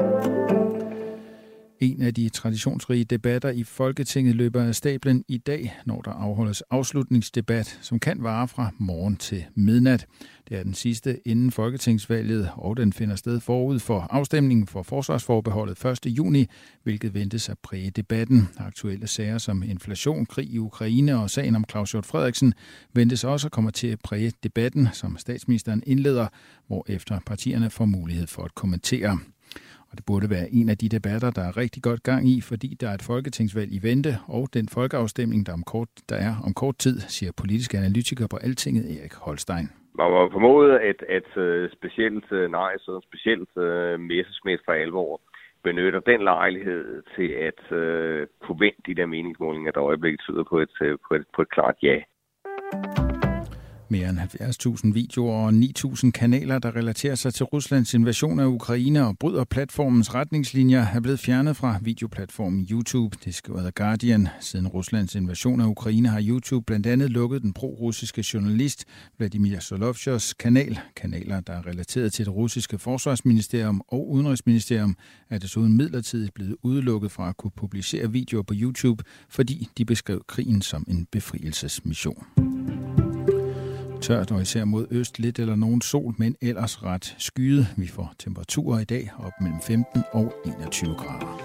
En af de traditionsrige debatter i Folketinget løber af stablen i dag, når der afholdes afslutningsdebat, som kan vare fra morgen til midnat. Det er den sidste inden folketingsvalget, og den finder sted forud for afstemningen for forsvarsforbeholdet 1. juni, hvilket ventes at præge debatten. Aktuelle sager som inflation, krig i Ukraine og sagen om Claus Hjort Frederiksen ventes også at komme til at præge debatten, som statsministeren indleder, hvorefter partierne får mulighed for at kommentere. Og det burde være en af de debatter, der er rigtig godt gang i, fordi der er et folketingsvalg i vente, og den folkeafstemning, der er om kort tid, siger politisk analytiker på Altinget Erik Holstein. Man må formode, at specielt Messerschmidt for alvor benytter den lejlighed til at forvente de der meningsmålinger, der øjeblikket tyder på et klart ja. Mere end 70.000 videoer og 9.000 kanaler, der relaterer sig til Ruslands invasion af Ukraine og bryder platformens retningslinjer, er blevet fjernet fra videoplatformen YouTube, det skriver The Guardian. Siden Ruslands invasion af Ukraine har YouTube blandt andet lukket den pro-russiske journalist Vladimir Solovjos kanaler, der er relateret til det russiske forsvarsministerium og udenrigsministerium, er desuden midlertidigt blevet udelukket fra at kunne publicere videoer på YouTube, fordi de beskrev krigen som en befrielsesmission. Tørt og især mod øst lidt eller nogen sol, men ellers ret skyet. Vi får temperaturer i dag op mellem 15 og 21 grader.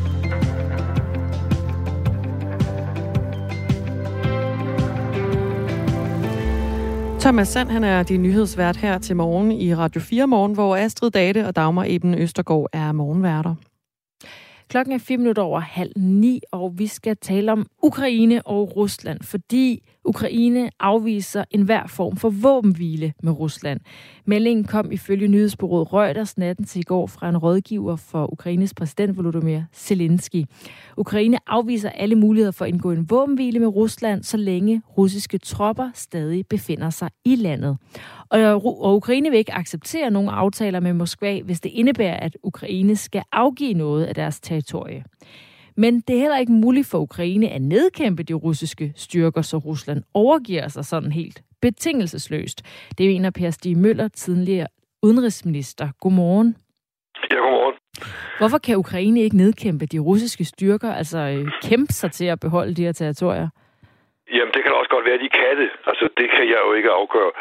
Thomas Sand, han er din nyhedsvært her til morgen i Radio 4 Morgen, hvor Astrid Date og Dagmar Eben Østergaard er morgenværter. Klokken er 8:05, og vi skal tale om Ukraine og Rusland, fordi Ukraine afviser enhver form for våbenhvile med Rusland. Meldingen kom ifølge nyhedsbureauet Reuters natten til i går fra en rådgiver for Ukraines præsident Volodymyr Zelensky. Ukraine afviser alle muligheder for at indgå en våbenhvile med Rusland, så længe russiske tropper stadig befinder sig i landet. Og Ukraine vil ikke acceptere nogen aftaler med Moskva, hvis det indebærer, at Ukraine skal afgive noget af deres territorie. Men det er heller ikke muligt for Ukraine at nedkæmpe de russiske styrker, så Rusland overgiver sig sådan helt betingelsesløst. Det mener Per Stig Møller, tidligere udenrigsminister. Godmorgen. Ja, godmorgen. Hvorfor kan Ukraine ikke nedkæmpe de russiske styrker, altså kæmpe sig til at beholde de her territorier? Jamen, det kan også godt være, at de kan det. Altså, det kan jeg jo ikke afgøre.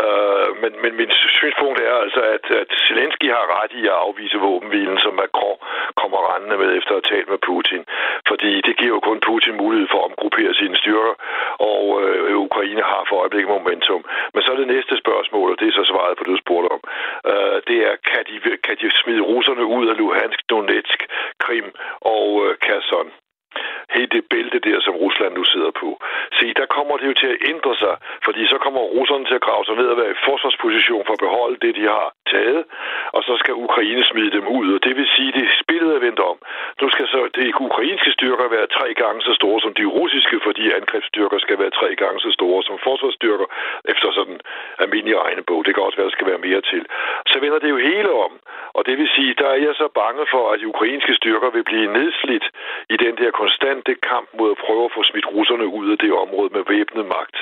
Men min synspunkt er altså, at Zelensky har ret i at afvise våbenhvilen, som Macron kommer rendende med efter at tale med Putin. Fordi det giver jo kun Putin mulighed for at omgruppere sine styrker, og Ukraine har for øjeblikket momentum. Men så er det næste spørgsmål, og det er så svaret på det, du spurgte om. Det er, kan de smide russerne ud af Luhansk, Donetsk, Krim og Kherson? Helt det bælte der, som Rusland nu sidder på. Se, der kommer det jo til at ændre sig, fordi så kommer russerne til at grave sig ned og være i forsvarsposition for at beholde det, de har taget, og så skal Ukraine smide dem ud, og det vil sige, at det spillet er vendt om. Nu skal så de ukrainske styrker være 3 gange så store som de russiske, fordi angrebsstyrker skal være 3 gange så store som forsvarsstyrker, efter sådan almindelig regnebog. Det kan også være, der skal være mere til. Så vender det jo hele om, og det vil sige, der er jeg så bange for, at de ukrainske styrker vil blive nedslidt i den der konstante kamp mod at prøve at få smidt russerne ud af det område med væbnet magt.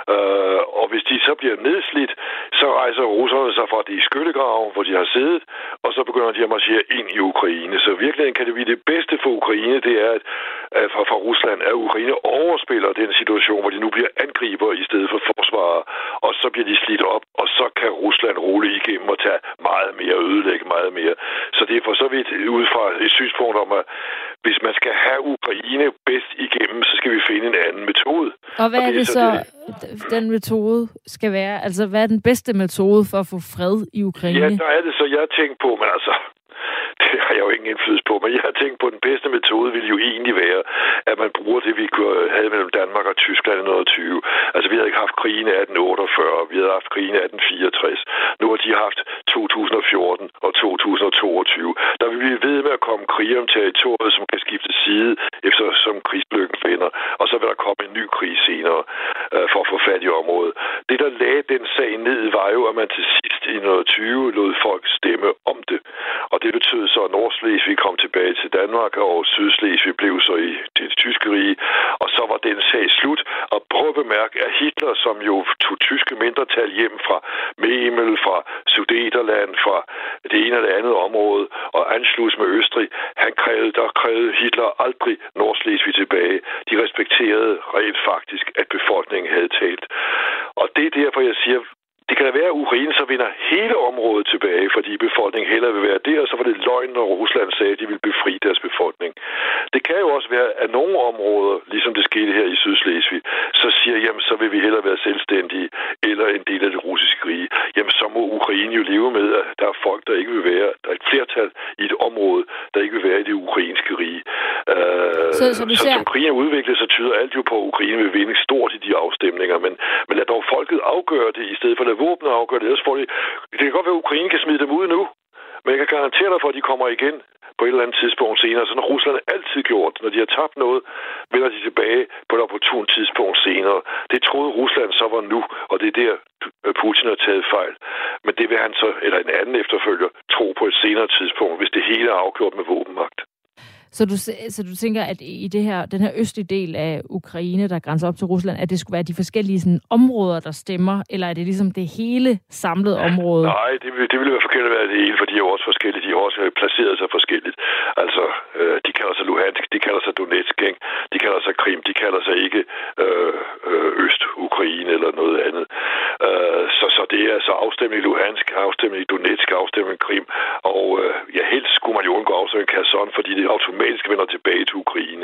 Og hvis de så bliver nedslidt, så rejser russerne sig fra de skyttegrave, hvor de har siddet, og så begynder de at marchere ind i Ukraine. Så i virkeligheden kan det blive det bedste for Ukraine, det er, at fra Rusland, at Ukraine overspiller den situation, hvor de nu bliver angriber i stedet for forsvarer, og så bliver de slidt op, og så kan Rusland rulle igennem og tage meget mere og ødelægge meget mere. Så det er for så vidt ud fra et synspunkt om, at hvis man skal have Ukraine bedst igennem, så skal vi finde en anden metode. Og hvad er det så, den metode skal være? Altså, hvad er den bedste metode for at få fred i Ukraine? Ja, der er det så, jeg har tænkt på, men altså, det har jeg jo ingen indflydelse på, men jeg har tænkt på, at den bedste metode ville jo egentlig være, at man bruger det, vi havde mellem Danmark og Tyskland i 1920. Altså, vi havde ikke haft krigen i 1848, vi havde haft krigen i 1864. Nu har de haft 2014 og 2022. Der vil vi ved med at komme krig om territoriet, som kan skifte side, efter som krigslykken finder, og så vil der komme en ny krig senere for at få fat i området. Det, der lagde den sag ned, var jo, at man til sidst i 1920 lod folk stemme om det. Og det betød så, at Nordslesvig kom tilbage til Danmark, og Sydslesvig blev så i det tyske rige, og så var den sag slut. Og prøv at bemærke, at Hitler, som jo tog tyske mindretal hjem fra Memel, fra Sudeterland, fra det ene og det andet område, og Anschluss med Østrig, der krævede Hitler aldrig Nordslesvig tilbage. De respekterede rent faktisk, at befolkningen havde talt. Og det er derfor, jeg siger, det kan da være, at Ukraine så vinder hele området tilbage, fordi befolkningen hellere vil være der, og så var det løgn, når Rusland sagde, at de ville befri deres befolkning. Det kan jo også være, at nogle områder, ligesom det skete her i Sydslesvig, så siger, jamen, så vil vi hellere være selvstændige, eller en del af det russiske rige. Jamen, så må Ukraine jo leve med, at der er folk, der ikke vil være, der er et flertal i et område, der ikke vil være i det ukrainske rige. Så som krigen er udviklet, så tyder alt jo på, at Ukraine vil vinde stort i de afstemninger, men lad dog folket afgøre det, i stedet for at lade våbnet afgøre det. Det kan godt være, at Ukraine kan smide dem ud nu, men jeg kan garantere dig for, at de kommer igen på et eller andet tidspunkt senere. Sådan har Rusland altid gjort. Når de har tabt noget, vender de tilbage på et opportunt tidspunkt senere. Det troede Rusland så var nu, og det er der, Putin har taget fejl. Men det vil han så, eller en anden efterfølger, tro på et senere tidspunkt, hvis det hele er afgjort med våbenmagt. Så du tænker, at i den her østlige del af Ukraine, der grænser op til Rusland, at det skulle være de forskellige sådan, områder, der stemmer, eller er det ligesom det hele samlede område? Nej, det ville være forkert at være det hele, for de er jo også forskellige. De har også placeret sig forskelligt. Altså, de kalder sig Luhansk, de kalder sig Donetsk, ikke? De kalder sig Krim, de kalder sig ikke Øst-Ukraine eller noget andet. Så det er altså afstemning i Luhansk, afstemning i Donetsk, afstemning i Krim, og helst skulle man jo undgå afstemning i Kherson, fordi det automatisk vender tilbage til Ukraine.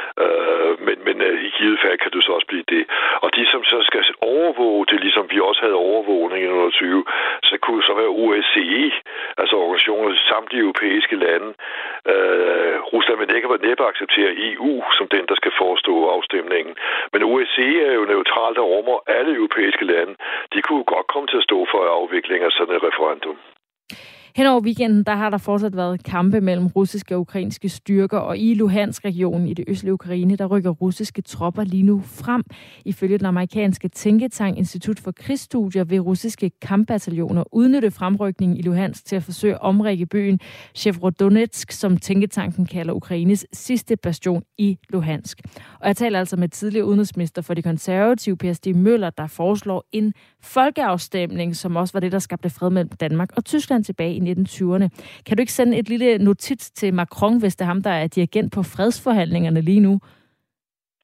Men i givet fald kan du så også blive det. Og de, som så skal overvåge det, ligesom vi også havde overvågning i 1920, så kunne så være OSCE, altså organisationer i samtlige europæiske lande. Rusland vil ikke næppe acceptere EU som den, der skal forestå afstemningen. Men OSCE er jo neutralt og rummer alle europæiske lande. De kunne godt komme til at stå for afvikling af sådan et referendum. Hen over weekenden, der har der fortsat været kampe mellem russiske og ukrainske styrker, og i Luhansk-regionen i det østlige Ukraine, der rykker russiske tropper lige nu frem. Ifølge den amerikanske tænketank Institut for Krigsstudier vil russiske kampbataljoner udnytte fremrykningen i Luhansk til at forsøge at omrække byen Shevrodonetsk, som tænketanken kalder Ukraines sidste bastion i Luhansk. Og jeg taler altså med tidligere udenrigsminister for de konservative, Per Stig Møller, der foreslår en folkeafstemning, som også var det, der skabte fred mellem Danmark og Tyskland tilbage i 1920'erne. Kan du ikke sende et lille notits til Macron, hvis det er ham, der er dirigent på fredsforhandlingerne lige nu?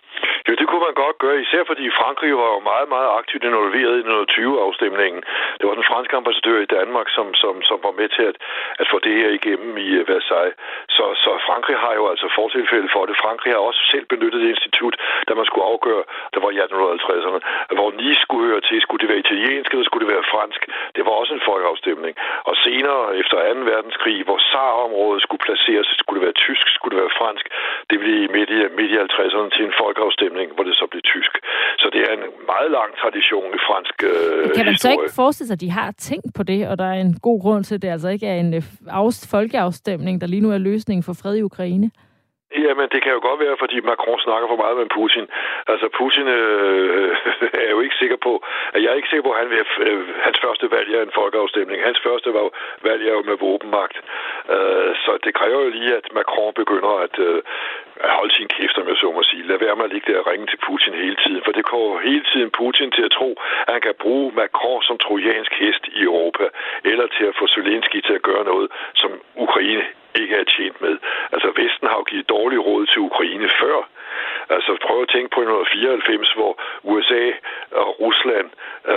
Jo, det kunne man godt gøre, især fordi Frankrig var jo meget, meget aktivt involveret i 1920-afstemningen. Det var den franske ambassadør i Danmark, som var med til at få det her igennem i Versailles. Så Frankrig har jo altså fortilfælde for det. Frankrig har også selv benyttet det institut, da man skulle afgøre, der var i 1850'erne, hvor Nice skulle høre til. Skulle det være italiensk, eller skulle det være fransk? Det var også en folkeafstemning. Og senere, efter 2. verdenskrig, hvor Saar-området skulle placeres, skulle det være tysk, skulle det være fransk, det blev midt i 50'erne til en folkeafstemning, hvor det så blev tysk. Så det er en meget lang tradition i fransk historie. Kan man så ikke forestille sig, at de har tænkt på det, og der er en god grund til, at det altså ikke er en folkeafstemning, der lige nu er løsningen for fred i Ukraine? Jamen, det kan jo godt være, fordi Macron snakker for meget med Putin. Altså, Putin er jo ikke sikker på, at jeg er ikke sikker på, at hans første valg er en folkeafstemning. Hans første valg er jo med våbenmagt. Så det kræver jo lige, at Macron begynder at holde sin kæft, om jeg så må sige. Lad være med at ligge der og ringe til Putin hele tiden, for det kommer hele tiden Putin til at tro, at han kan bruge Macron som trojansk hest i Europa, eller til at få Zelensky til at gøre noget, som Ukraine ikke er tjent med. Altså, Vesten har jo givet dårlige råd til Ukraine før. Altså, prøv at tænke på 1994, hvor USA og Rusland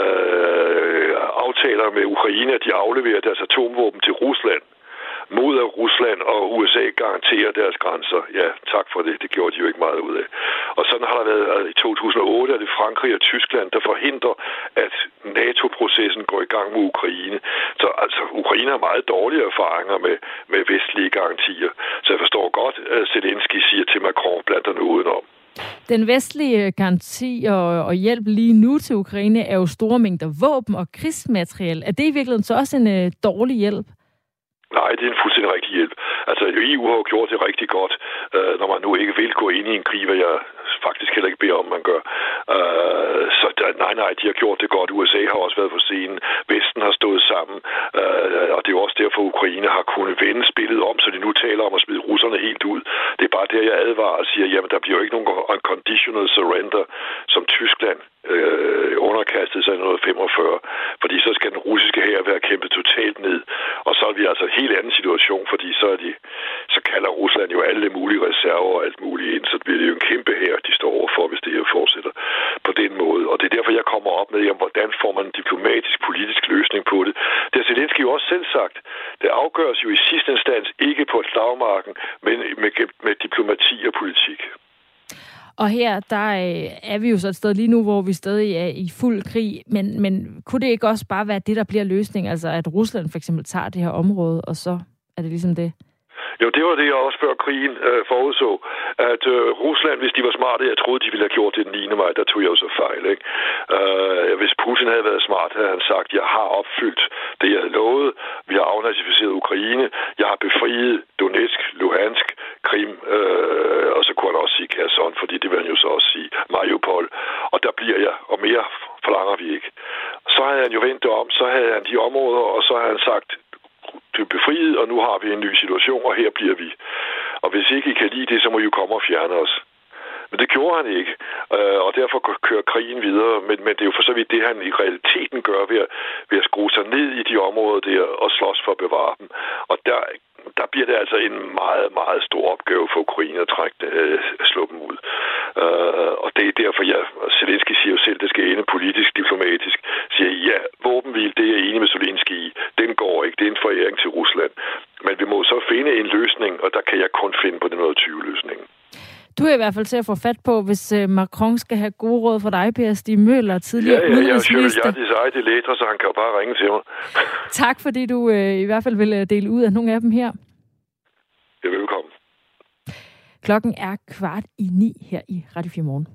aftaler med Ukraine, at de afleverer deres atomvåben til Rusland, mod at Rusland og USA garanterer deres grænser. Ja, tak for det. Det gjorde de jo ikke meget ud af. Og sådan har der været i 2008, at det Frankrig og Tyskland, der forhindrer, at NATO-processen går i gang med Ukraine. Så altså, Ukraine har meget dårlige erfaringer med vestlige garantier. Så jeg forstår godt, at Zelensky siger til Macron, blandt andet udenom. Den vestlige garanti og hjælp lige nu til Ukraine er jo store mængder våben og krigsmateriel. Er det i virkeligheden så også en dårlig hjælp? Nej, det er en fuldstændig rigtig hjælp. Altså, EU har jo gjort det rigtig godt, når man nu ikke vil gå ind i en krig, hvad jeg faktisk heller ikke beder om, man gør. Så nej, de har gjort det godt. USA har også været på scenen. Vesten har stået sammen. Og det er jo også derfor, Ukraine har kunnet vende spillet om, så de nu taler om at smide russerne helt ud. Det er bare der, jeg advarer og siger, jamen, der bliver jo ikke nogen unconditional surrender, som Tyskland underkastede sig i 1945. Fordi så skal den russiske hær være kæmpet totalt ned. Og så er vi altså en helt anden situation, fordi så kalder Rusland jo alle mulige reserver og alt muligt ind, så bliver det jo en kæmpe hær, de står overfor, hvis det her fortsætter på den måde. Og det er derfor, jeg kommer op med, jamen, hvordan får man en diplomatisk, politisk løsning på det. Det har Zelensky jo også selv sagt. Det afgøres jo i sidste instans ikke på slagmarken, men med diplomati og politik. Og her, der er vi jo så et sted lige nu, hvor vi stadig er i fuld krig. Men kunne det ikke også bare være det, der bliver løsning? Altså, at Rusland for eksempel tager det her område, og så er det ligesom det? Jo, det var det, jeg også før krigen forudså. At Rusland, hvis de var smarte, jeg troede, de ville have gjort det den 9. maj, der tog jeg jo så fejl, ikke? Hvis Putin havde været smart, havde han sagt, jeg har opfyldt det, jeg havde lovet. Vi har afnazificeret Ukraine. Jeg har befriet Donetsk, Luhansk, Krim, og så kunne han også sige Kherson, fordi det vil han jo så også sige Mariupol. Og der bliver jeg, og mere forlanger vi ikke. Så havde han jo vendt det om, så havde han de områder, og så havde han sagt, du er befriet, og nu har vi en ny situation, og her bliver vi. Og hvis ikke I kan lide det, så må I jo komme og fjerne os. Men det gjorde han ikke, og derfor kører krigen videre. Men det er jo for så vidt det, han i realiteten gør ved at skrue sig ned i de områder der og slås for at bevare dem. Og der bliver det altså en meget, meget stor opgave for Ukraine at slå dem ud. Og det er derfor, Zelensky siger jo selv, det skal ende politisk, diplomatisk. Siger, ja, våbenhvil, det er jeg enig med Zelensky i. Den går ikke. Det er en foræring til Rusland. Men vi må så finde en løsning, og der kan jeg kun finde på den 2020-løsningen. Du er i hvert fald til at få fat på, hvis Macron skal have gode råd for dig, Per Stig Møller, tidligere udenrigsminister. Ja, jeg er det så han kan jo bare ringe til mig. Tak, fordi du i hvert fald vil dele ud af nogle af dem her. Ja, velkommen. Klokken er 8:45 her i Radio 4 Morgen.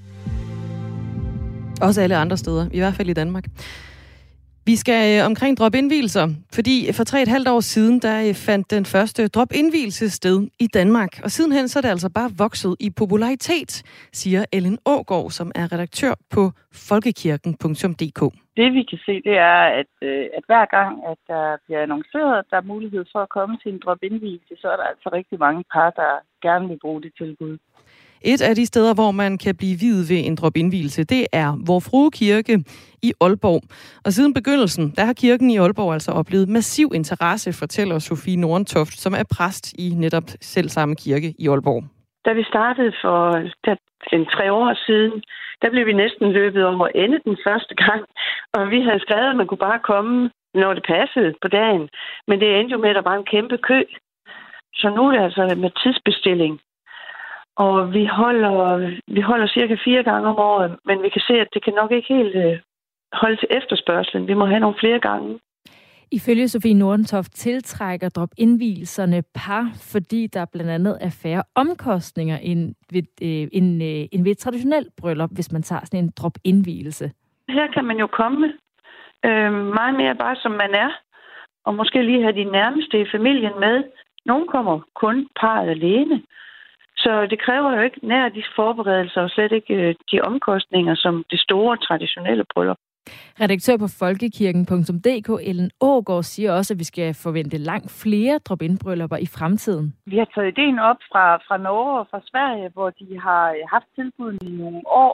Også alle andre steder, i hvert fald i Danmark. Vi skal omkring drop-indvielser, fordi for 3,5 år siden, der fandt den første drop-indvielse sted i Danmark. Og sidenhen så er det altså bare vokset i popularitet, siger Ellen Aagaard, som er redaktør på folkekirken.dk. Det vi kan se, det er, at hver gang, at der bliver annonceret, at der er mulighed for at komme til en drop-indvielse, så er der altså rigtig mange par, der gerne vil bruge det tilbud. Et af de steder, hvor man kan blive viet ved en drop-indvielse, det er Vor Frue Kirke i Aalborg. Og siden begyndelsen, der har kirken i Aalborg altså oplevet massiv interesse, fortæller Sofie Nordentoft, som er præst i netop selv samme kirke i Aalborg. Da vi startede for 3 år siden, der blev vi næsten løbet over ende den første gang. Og vi havde skrevet, at man kunne bare komme, når det passede på dagen. Men det endte jo med, at der var en kæmpe kø. Så nu er det altså med tidsbestilling. Og vi holder cirka 4 gange om året, men vi kan se, at det kan nok ikke helt holde til efterspørgselen. Vi må have nogle flere gange. Ifølge Sofie Nordentoft tiltrækker drop-in-vielserne par, fordi der blandt andet er færre omkostninger end ved et traditionelt bryllup, hvis man tager sådan en drop-in-vielse. Her kan man jo komme meget mere bare som man er, og måske lige have de nærmeste i familien med. Nogle kommer kun parret alene. Så det kræver jo ikke nær de forberedelser og slet ikke de omkostninger, som det store traditionelle bryllup. Redaktør på folkekirken.dk, Ellen Aagaard, siger også, at vi skal forvente langt flere drop-in-bryllupper i fremtiden. Vi har taget ideen op fra Norge og fra Sverige, hvor de har haft tilbud i nogle år,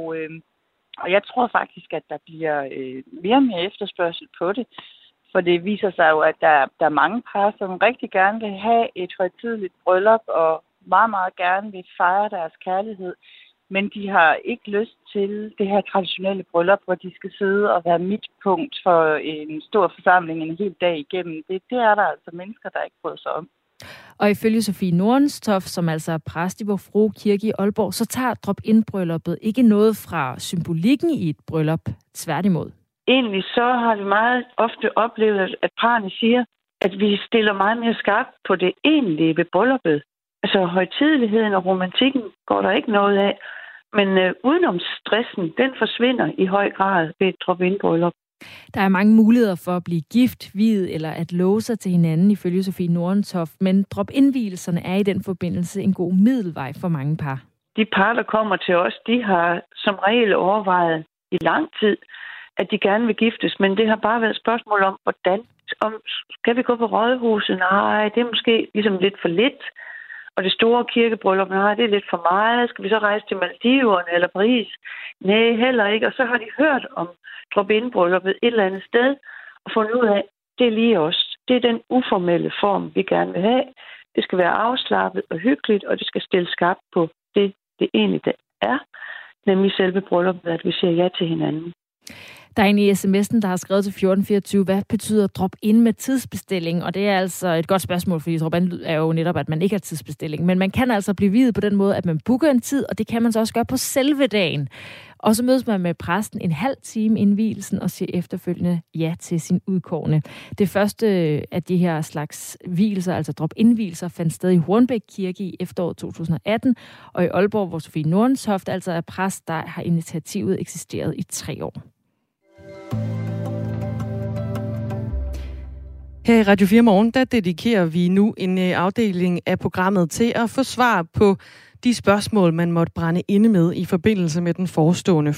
og jeg tror faktisk, at der bliver mere og mere efterspørgsel på det. For det viser sig jo, at der er mange par, som rigtig gerne vil have et højtideligt bryllup og meget, meget gerne vil fejre deres kærlighed. Men de har ikke lyst til det her traditionelle bryllup, hvor de skal sidde og være midtpunkt for en stor forsamling en hel dag igennem. Det er der altså mennesker, der ikke bryder sig om. Og ifølge Sofie Nordentoft, som altså er præst i Vor Frue Kirke i Aalborg, så tager drop-in-brylluppet ikke noget fra symbolikken i et bryllup, tværtimod. Egentlig så har vi meget ofte oplevet, at parrene siger, at vi stiller meget mere skarpt på det egentlige ved brylluppet. Altså højtideligheden og romantikken går der ikke noget af, men udenom stressen, den forsvinder i høj grad ved et drop-in-bryllup. Der er mange muligheder for at blive gift, viet eller at love sig til hinanden, ifølge Sofie Nordentoft, men drop-in-vielserne er i den forbindelse en god middelvej for mange par. De par, der kommer til os, de har som regel overvejet i lang tid, at de gerne vil giftes, men det har bare været et spørgsmål om, hvordan. Skal vi gå på rådhuset? Nej, det er måske ligesom lidt for lidt. Og det store kirkebryllup, nej, det er lidt for meget. Skal vi så rejse til Maldiverne eller Paris? Nej, heller ikke. Og så har de hørt om drop-in-brylluppet et eller andet sted, og fundet ud af, det er lige os. Det er den uformelle form, vi gerne vil have. Det skal være afslappet og hyggeligt, og det skal stille skarpt på det egentlig er. Nemlig selve brylluppet, at vi siger ja til hinanden. Der er en i sms'en, der har skrevet til 1424, hvad betyder drop-in med tidsbestilling? Og det er altså et godt spørgsmål, fordi drop-in er jo netop, at man ikke har tidsbestilling. Men man kan altså blive viet på den måde, at man booker en tid, og det kan man så også gøre på selve dagen. Og så mødes man med præsten en halv time inden vielsen og siger efterfølgende ja til sin udkårne. Det første af de her slags vielser, altså drop-in-vielser, fandt sted i Hornbæk Kirke i efteråret 2018, og i Aalborg, hvor Sofie Nordentoft altså er præst, der har initiativet eksisteret i 3 år. Her i Radio 4 Morgen, der dedikerer vi nu en afdeling af programmet til at få svar på de spørgsmål, man måtte brænde inde med i forbindelse med den forestående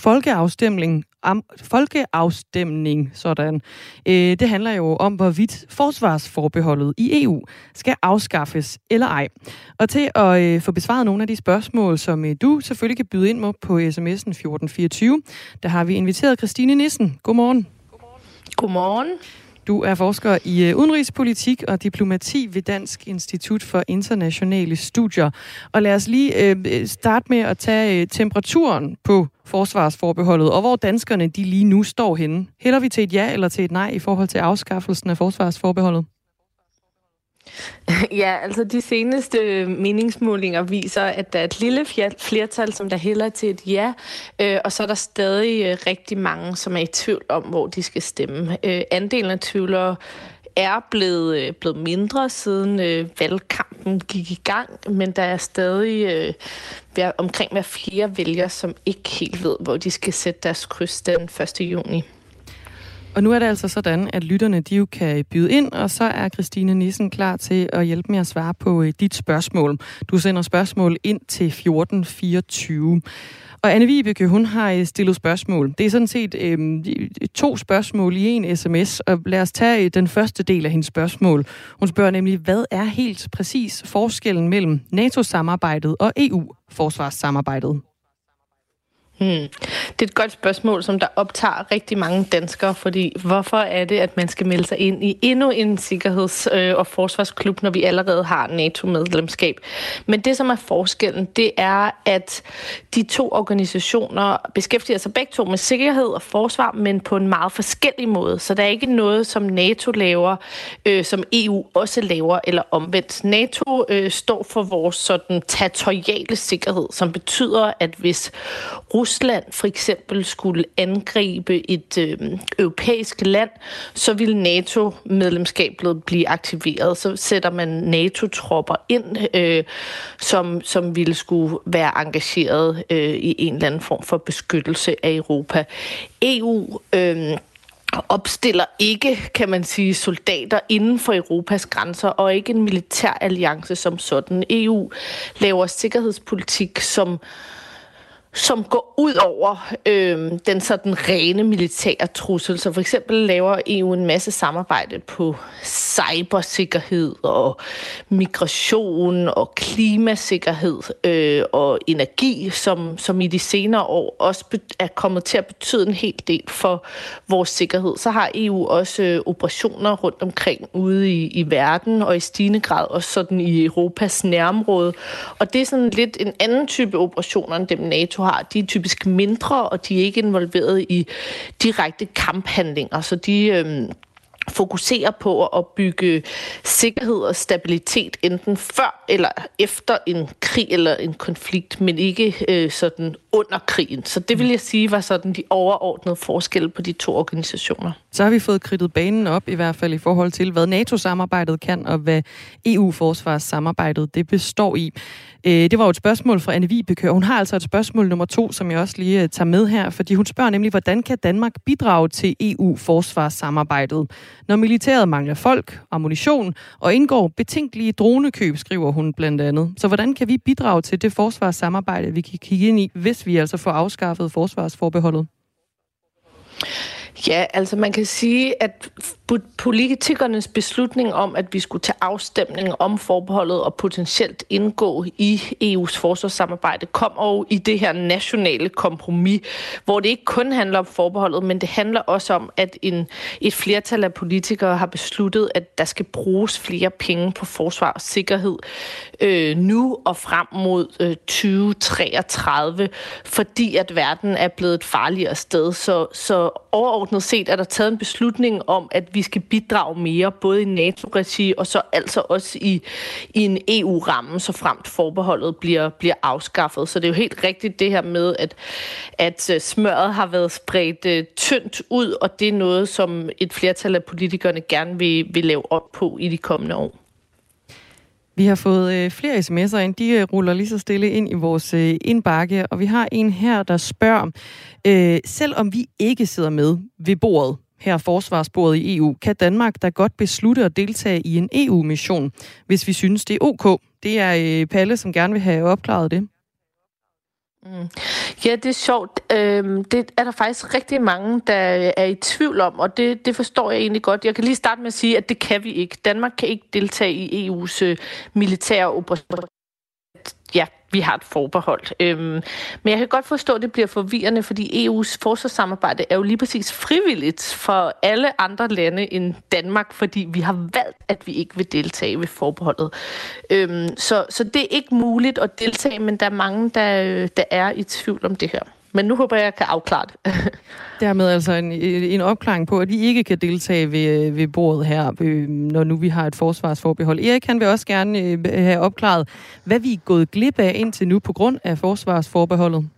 folkeafstemning. Sådan. Det handler jo om, hvorvidt forsvarsforbeholdet i EU skal afskaffes eller ej. Og til at få besvaret nogle af de spørgsmål, som du selvfølgelig kan byde ind med på sms'en 1424, der har vi inviteret Christine Nissen. Godmorgen. Godmorgen. Du er forsker i udenrigspolitik og diplomati ved Dansk Institut for Internationale Studier. Og lad os lige starte med at tage temperaturen på forsvarsforbeholdet, og hvor danskerne de lige nu står henne. Hælder vi til et ja eller til et nej i forhold til afskaffelsen af forsvarsforbeholdet? Ja, altså de seneste meningsmålinger viser, at der er et lille flertal, som der hælder til et ja, og så er der stadig rigtig mange, som er i tvivl om, hvor de skal stemme. Andelen af tvivlere er blevet mindre, siden valgkampen gik i gang, men der er stadig omkring hver 4 vælgere, som ikke helt ved, hvor de skal sætte deres kryds den 1. juni. Og nu er det altså sådan, at lytterne de jo kan byde ind, og så er Christine Nissen klar til at hjælpe med at svare på dit spørgsmål. Du sender spørgsmål ind til 1424. Og Anne Vibeke, hun har stillet spørgsmål. Det er sådan set 2 spørgsmål i en sms, og lad os tage den første del af hendes spørgsmål. Hun spørger nemlig, hvad er helt præcis forskellen mellem NATO-samarbejdet og EU-forsvarssamarbejdet? Det er et godt spørgsmål, som der optager rigtig mange danskere, fordi hvorfor er det, at man skal melde sig ind i endnu en sikkerheds- og forsvarsklub, når vi allerede har NATO-medlemskab? Men det, som er forskellen, det er, at de to organisationer beskæftiger sig begge to med sikkerhed og forsvar, men på en meget forskellig måde. Så der er ikke noget, som NATO laver, som EU også laver, eller omvendt. NATO står for vores sådan territoriale sikkerhed, som betyder, at hvis Rusland for eksempel skulle angribe et europæisk land, så vil NATO-medlemskabet blive aktiveret. Så sætter man NATO-tropper ind, som ville skulle være engageret i en eller anden form for beskyttelse af Europa. EU opstiller ikke, kan man sige, soldater inden for Europas grænser, og ikke en militær alliance som sådan. EU laver sikkerhedspolitik, som går ud over den sådan rene militære trussel. Så for eksempel laver EU en masse samarbejde på cybersikkerhed og migration og klimasikkerhed og energi, som i de senere år også er kommet til at betyde en hel del for vores sikkerhed. Så har EU også operationer rundt omkring ude i verden, og i stigende grad også sådan i Europas nærområde. Og det er sådan lidt en anden type operationer, end dem NATO har. De er typisk mindre, og de er ikke involveret i direkte kamphandlinger, så de fokuserer på at bygge sikkerhed og stabilitet enten før eller efter en krig eller en konflikt, men ikke sådan under krigen. Så det vil jeg sige var sådan de overordnede forskelle på de to organisationer. Så har vi fået kridtet banen op, i hvert fald i forhold til, hvad NATO-samarbejdet kan, og hvad EU-forsvarssamarbejdet det består i. Det var jo et spørgsmål fra Anne Vibeke, og hun har altså et spørgsmål nummer 2, som jeg også lige tager med her, fordi hun spørger nemlig, hvordan kan Danmark bidrage til EU-forsvarssamarbejdet, når militæret mangler folk, ammunition og indgår betænkelige dronekøb, skriver hun blandt andet. Så hvordan kan vi bidrage til det forsvarssamarbejde, vi kan kigge ind i, hvis vi altså får afskaffet forsvarsforbeholdet? Ja, altså man kan sige, at politikernes beslutning om, at vi skulle tage afstemning om forbeholdet og potentielt indgå i EU's forsvarssamarbejde, kom over i det her nationale kompromis, hvor det ikke kun handler om forbeholdet, men det handler også om, at et flertal af politikere har besluttet, at der skal bruges flere penge på forsvar og sikkerhed nu og frem mod 2033, fordi at verden er blevet et farligere sted. Så overordnet set er der taget en beslutning om, at vi skal bidrage mere, både i NATO-regi og så altså også i en EU-ramme, så fremt forbeholdet bliver afskaffet. Så det er jo helt rigtigt det her med, at smøret har været spredt tyndt ud, og det er noget, som et flertal af politikerne gerne vil lave op på i de kommende år. Vi har fået flere sms'er ind. De ruller lige så stille ind i vores indbakke, og vi har en her, der spørger, selvom vi ikke sidder med ved bordet, her forsvarsbordet i EU, kan Danmark da godt beslutte at deltage i en EU-mission, hvis vi synes, det er ok. Det er Palle, som gerne vil have opklaret det. Ja, det er sjovt. Det er der faktisk rigtig mange, der er i tvivl om, og det forstår jeg egentlig godt. Jeg kan lige starte med at sige, at det kan vi ikke. Danmark kan ikke deltage i EU's militære operationer. Ja, vi har et forbehold. Men jeg kan godt forstå, at det bliver forvirrende, fordi EU's forsvarssamarbejde er jo lige præcis frivilligt for alle andre lande end Danmark, fordi vi har valgt, at vi ikke vil deltage ved forbeholdet. Så det er ikke muligt at deltage, men der er mange, der er i tvivl om det her. Men nu håber jeg kan afklare det. Dermed altså en opklaring på, at vi ikke kan deltage ved bordet her, når nu vi har et forsvarsforbehold. Erik, han vil også gerne have opklaret, hvad vi er gået glip af indtil nu på grund af forsvarsforbeholdet.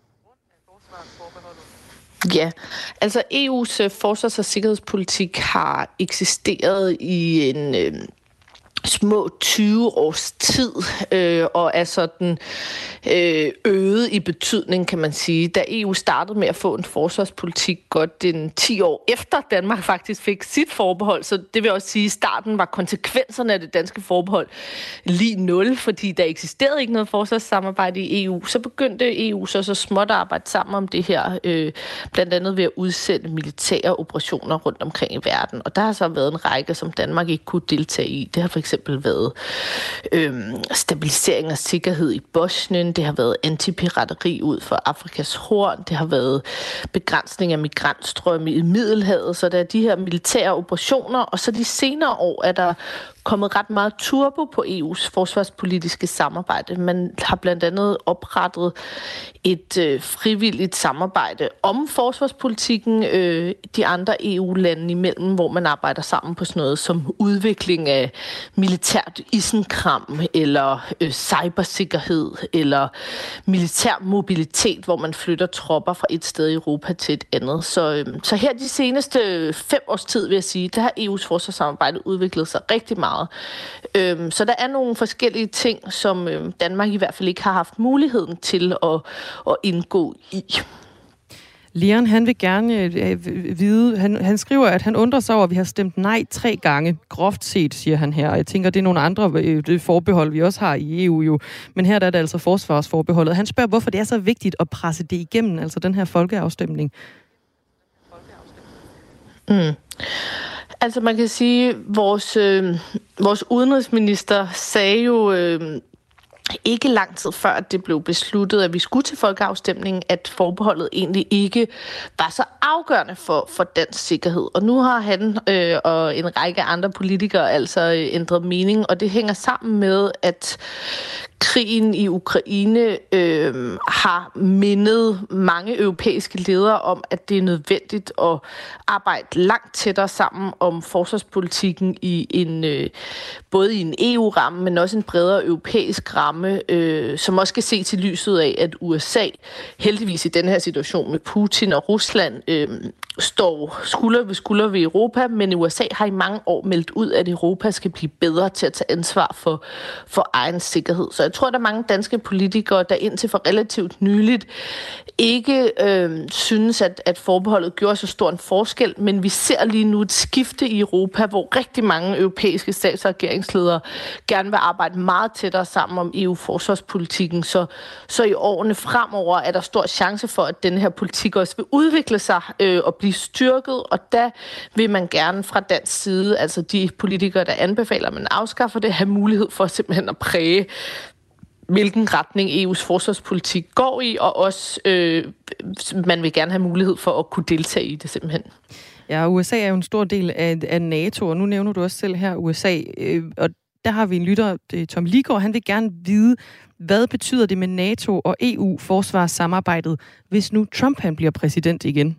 Ja, altså EU's forsvars- og sikkerhedspolitik har eksisteret i en små 20 års tid, og er sådan øget i betydning, kan man sige. Da EU startede med at få en forsvarspolitik godt den 10 år efter Danmark faktisk fik sit forbehold, så det vil også sige, at starten var konsekvenserne af det danske forbehold lige 0, fordi der eksisterede ikke noget forsvarssamarbejde i EU. Så begyndte EU så småt at arbejde sammen om det her, blandt andet ved at udsende militære operationer rundt omkring i verden. Og der har så været en række, som Danmark ikke kunne deltage i. Det har for eksempel eksempel været stabilisering og sikkerhed i Bosnien, det har været antipirateri ud for Afrikas Horn, det har været begrænsning af migrantstrømme i Middelhavet, så der er de her militære operationer, og så de senere år er der kommet ret meget turbo på EU's forsvarspolitiske samarbejde. Man har blandt andet oprettet et frivilligt samarbejde om forsvarspolitikken de andre EU-lande imellem, hvor man arbejder sammen på sådan noget som udvikling af militært isenkram, eller cybersikkerhed, eller militær mobilitet, hvor man flytter tropper fra et sted i Europa til et andet. Så her de seneste 5 års tid, vil jeg sige, der har EU's forsvarssamarbejde udviklet sig rigtig meget. Så der er nogle forskellige ting, som Danmark i hvert fald ikke har haft muligheden til at indgå i. Leon, han vil gerne vide, han skriver, at han undrer sig over, at vi har stemt nej 3 gange. Groft set, siger han her. Jeg tænker, det er nogle andre forbehold, vi også har i EU jo. Men her der er det altså forsvarsforbeholdet. Han spørger, hvorfor det er så vigtigt at presse det igennem, altså den her folkeafstemning. Altså man kan sige, vores udenrigsminister sagde jo ikke lang tid før, at det blev besluttet, at vi skulle til folkeafstemningen, at forbeholdet egentlig ikke var så afgørende for dansk sikkerhed. Og nu har han og en række andre politikere altså ændret mening, og det hænger sammen med, at krigen i Ukraine har mindet mange europæiske ledere om, at det er nødvendigt at arbejde langt tættere sammen om forsvarspolitikken i både i en EU-ramme, men også en bredere europæisk ramme, som også skal se til lyset af, at USA heldigvis i den her situation med Putin og Rusland står skulder ved skulder ved Europa, men USA har i mange år meldt ud, at Europa skal blive bedre til at tage ansvar for egen sikkerhed. Så jeg tror, der er mange danske politikere, der indtil for relativt nyligt ikke synes, at forbeholdet gjorde så stor en forskel, men vi ser lige nu et skifte i Europa, hvor rigtig mange europæiske stats- og regeringsledere gerne vil arbejde meget tættere sammen om EU-forsvarspolitikken. Så i årene fremover er der stor chance for, at denne her politik også vil udvikle sig og blive styrket, og der vil man gerne fra dansk side, altså de politikere, der anbefaler, at man afskaffer det, have mulighed for simpelthen at præge, hvilken retning EU's forsvarspolitik går i, og også man vil gerne have mulighed for at kunne deltage i det simpelthen. Ja, USA er jo en stor del af NATO, og nu nævner du også selv her USA, og der har vi en lytter, Tom Ligård, han vil gerne vide, hvad betyder det med NATO og EU-forsvarssamarbejdet, hvis nu Trump han bliver præsident igen?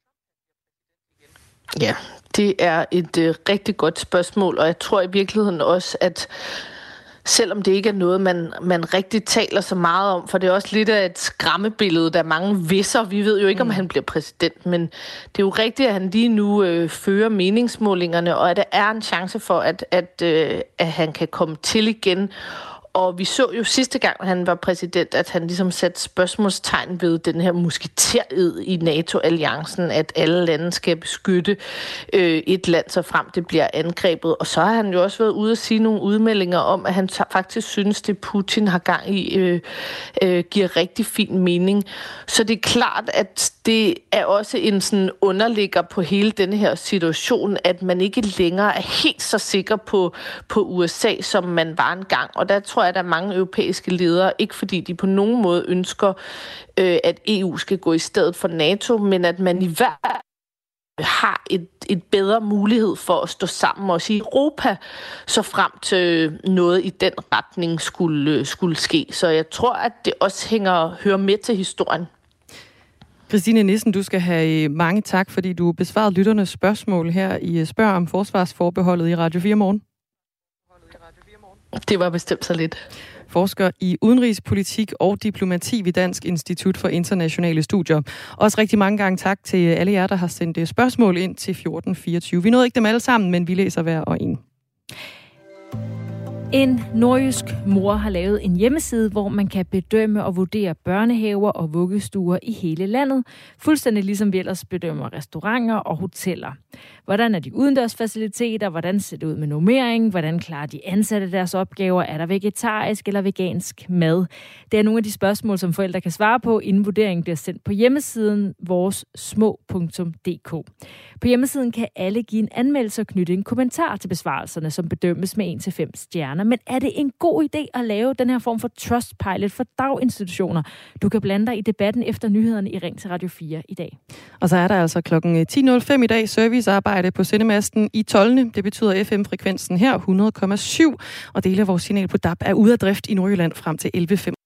Ja, det er et rigtig godt spørgsmål, og jeg tror i virkeligheden også, at selvom det ikke er noget, man rigtig taler så meget om, for det er også lidt af et skræmmebillede, der er mange visser. Vi ved jo ikke, om han bliver præsident, men det er jo rigtigt, at han lige nu fører meningsmålingerne, og at der er en chance for, at han kan komme til igen. Og vi så jo sidste gang, han var præsident, at han ligesom satte spørgsmålstegn ved den her musketered i NATO-alliancen, at alle lande skal beskytte et land, så frem det bliver angrebet. Og så har han jo også været ude at sige nogle udmeldinger om, at han faktisk synes, det Putin har gang i, giver rigtig fin mening. Så det er klart, at det er også en sådan underligger på hele denne her situation, at man ikke længere er helt så sikker på USA, som man var engang. Og der tror jeg, at der er mange europæiske ledere, ikke fordi de på nogen måde ønsker, at EU skal gå i stedet for NATO, men at man i hvert fald har et bedre mulighed for at stå sammen også i Europa, så frem til noget i den retning skulle ske. Så jeg tror, at det også hører med til historien. Christine Nissen, du skal have mange tak, fordi du besvarede lytternes spørgsmål her i Spørg om forsvarsforbeholdet i Radio 4 Morgen. Det var bestemt så lidt. Forsker i udenrigspolitik og diplomati ved Dansk Institut for Internationale Studier. Også rigtig mange gange tak til alle jer, der har sendt spørgsmål ind til 1424. Vi nåede ikke dem alle sammen, men vi læser hver og en. En nordjysk mor har lavet en hjemmeside, hvor man kan bedømme og vurdere børnehaver og vuggestuer i hele landet, fuldstændig ligesom vi ellers bedømmer restauranter og hoteller. Hvordan er de udendørsfaciliteter? Hvordan ser det ud med normering? Hvordan klarer de ansatte deres opgaver? Er der vegetarisk eller vegansk mad? Det er nogle af de spørgsmål, som forældre kan svare på, inden vurderingen bliver sendt på hjemmesiden vorssmå.dk. På hjemmesiden kan alle give en anmeldelse og knytte en kommentar til besvarelserne, som bedømmes med 1-5 stjerner. Men er det en god idé at lave den her form for Trustpilot for daginstitutioner? Du kan blande dig i debatten efter nyhederne i Ring til Radio 4 i dag. Og så er der altså klokken 10.05 i dag servicearbejde på sendemasten i Tolne. Det betyder FM-frekvensen her 100,7, og dele af vores signal på DAB er ude af drift i Nordjylland frem til 11.05.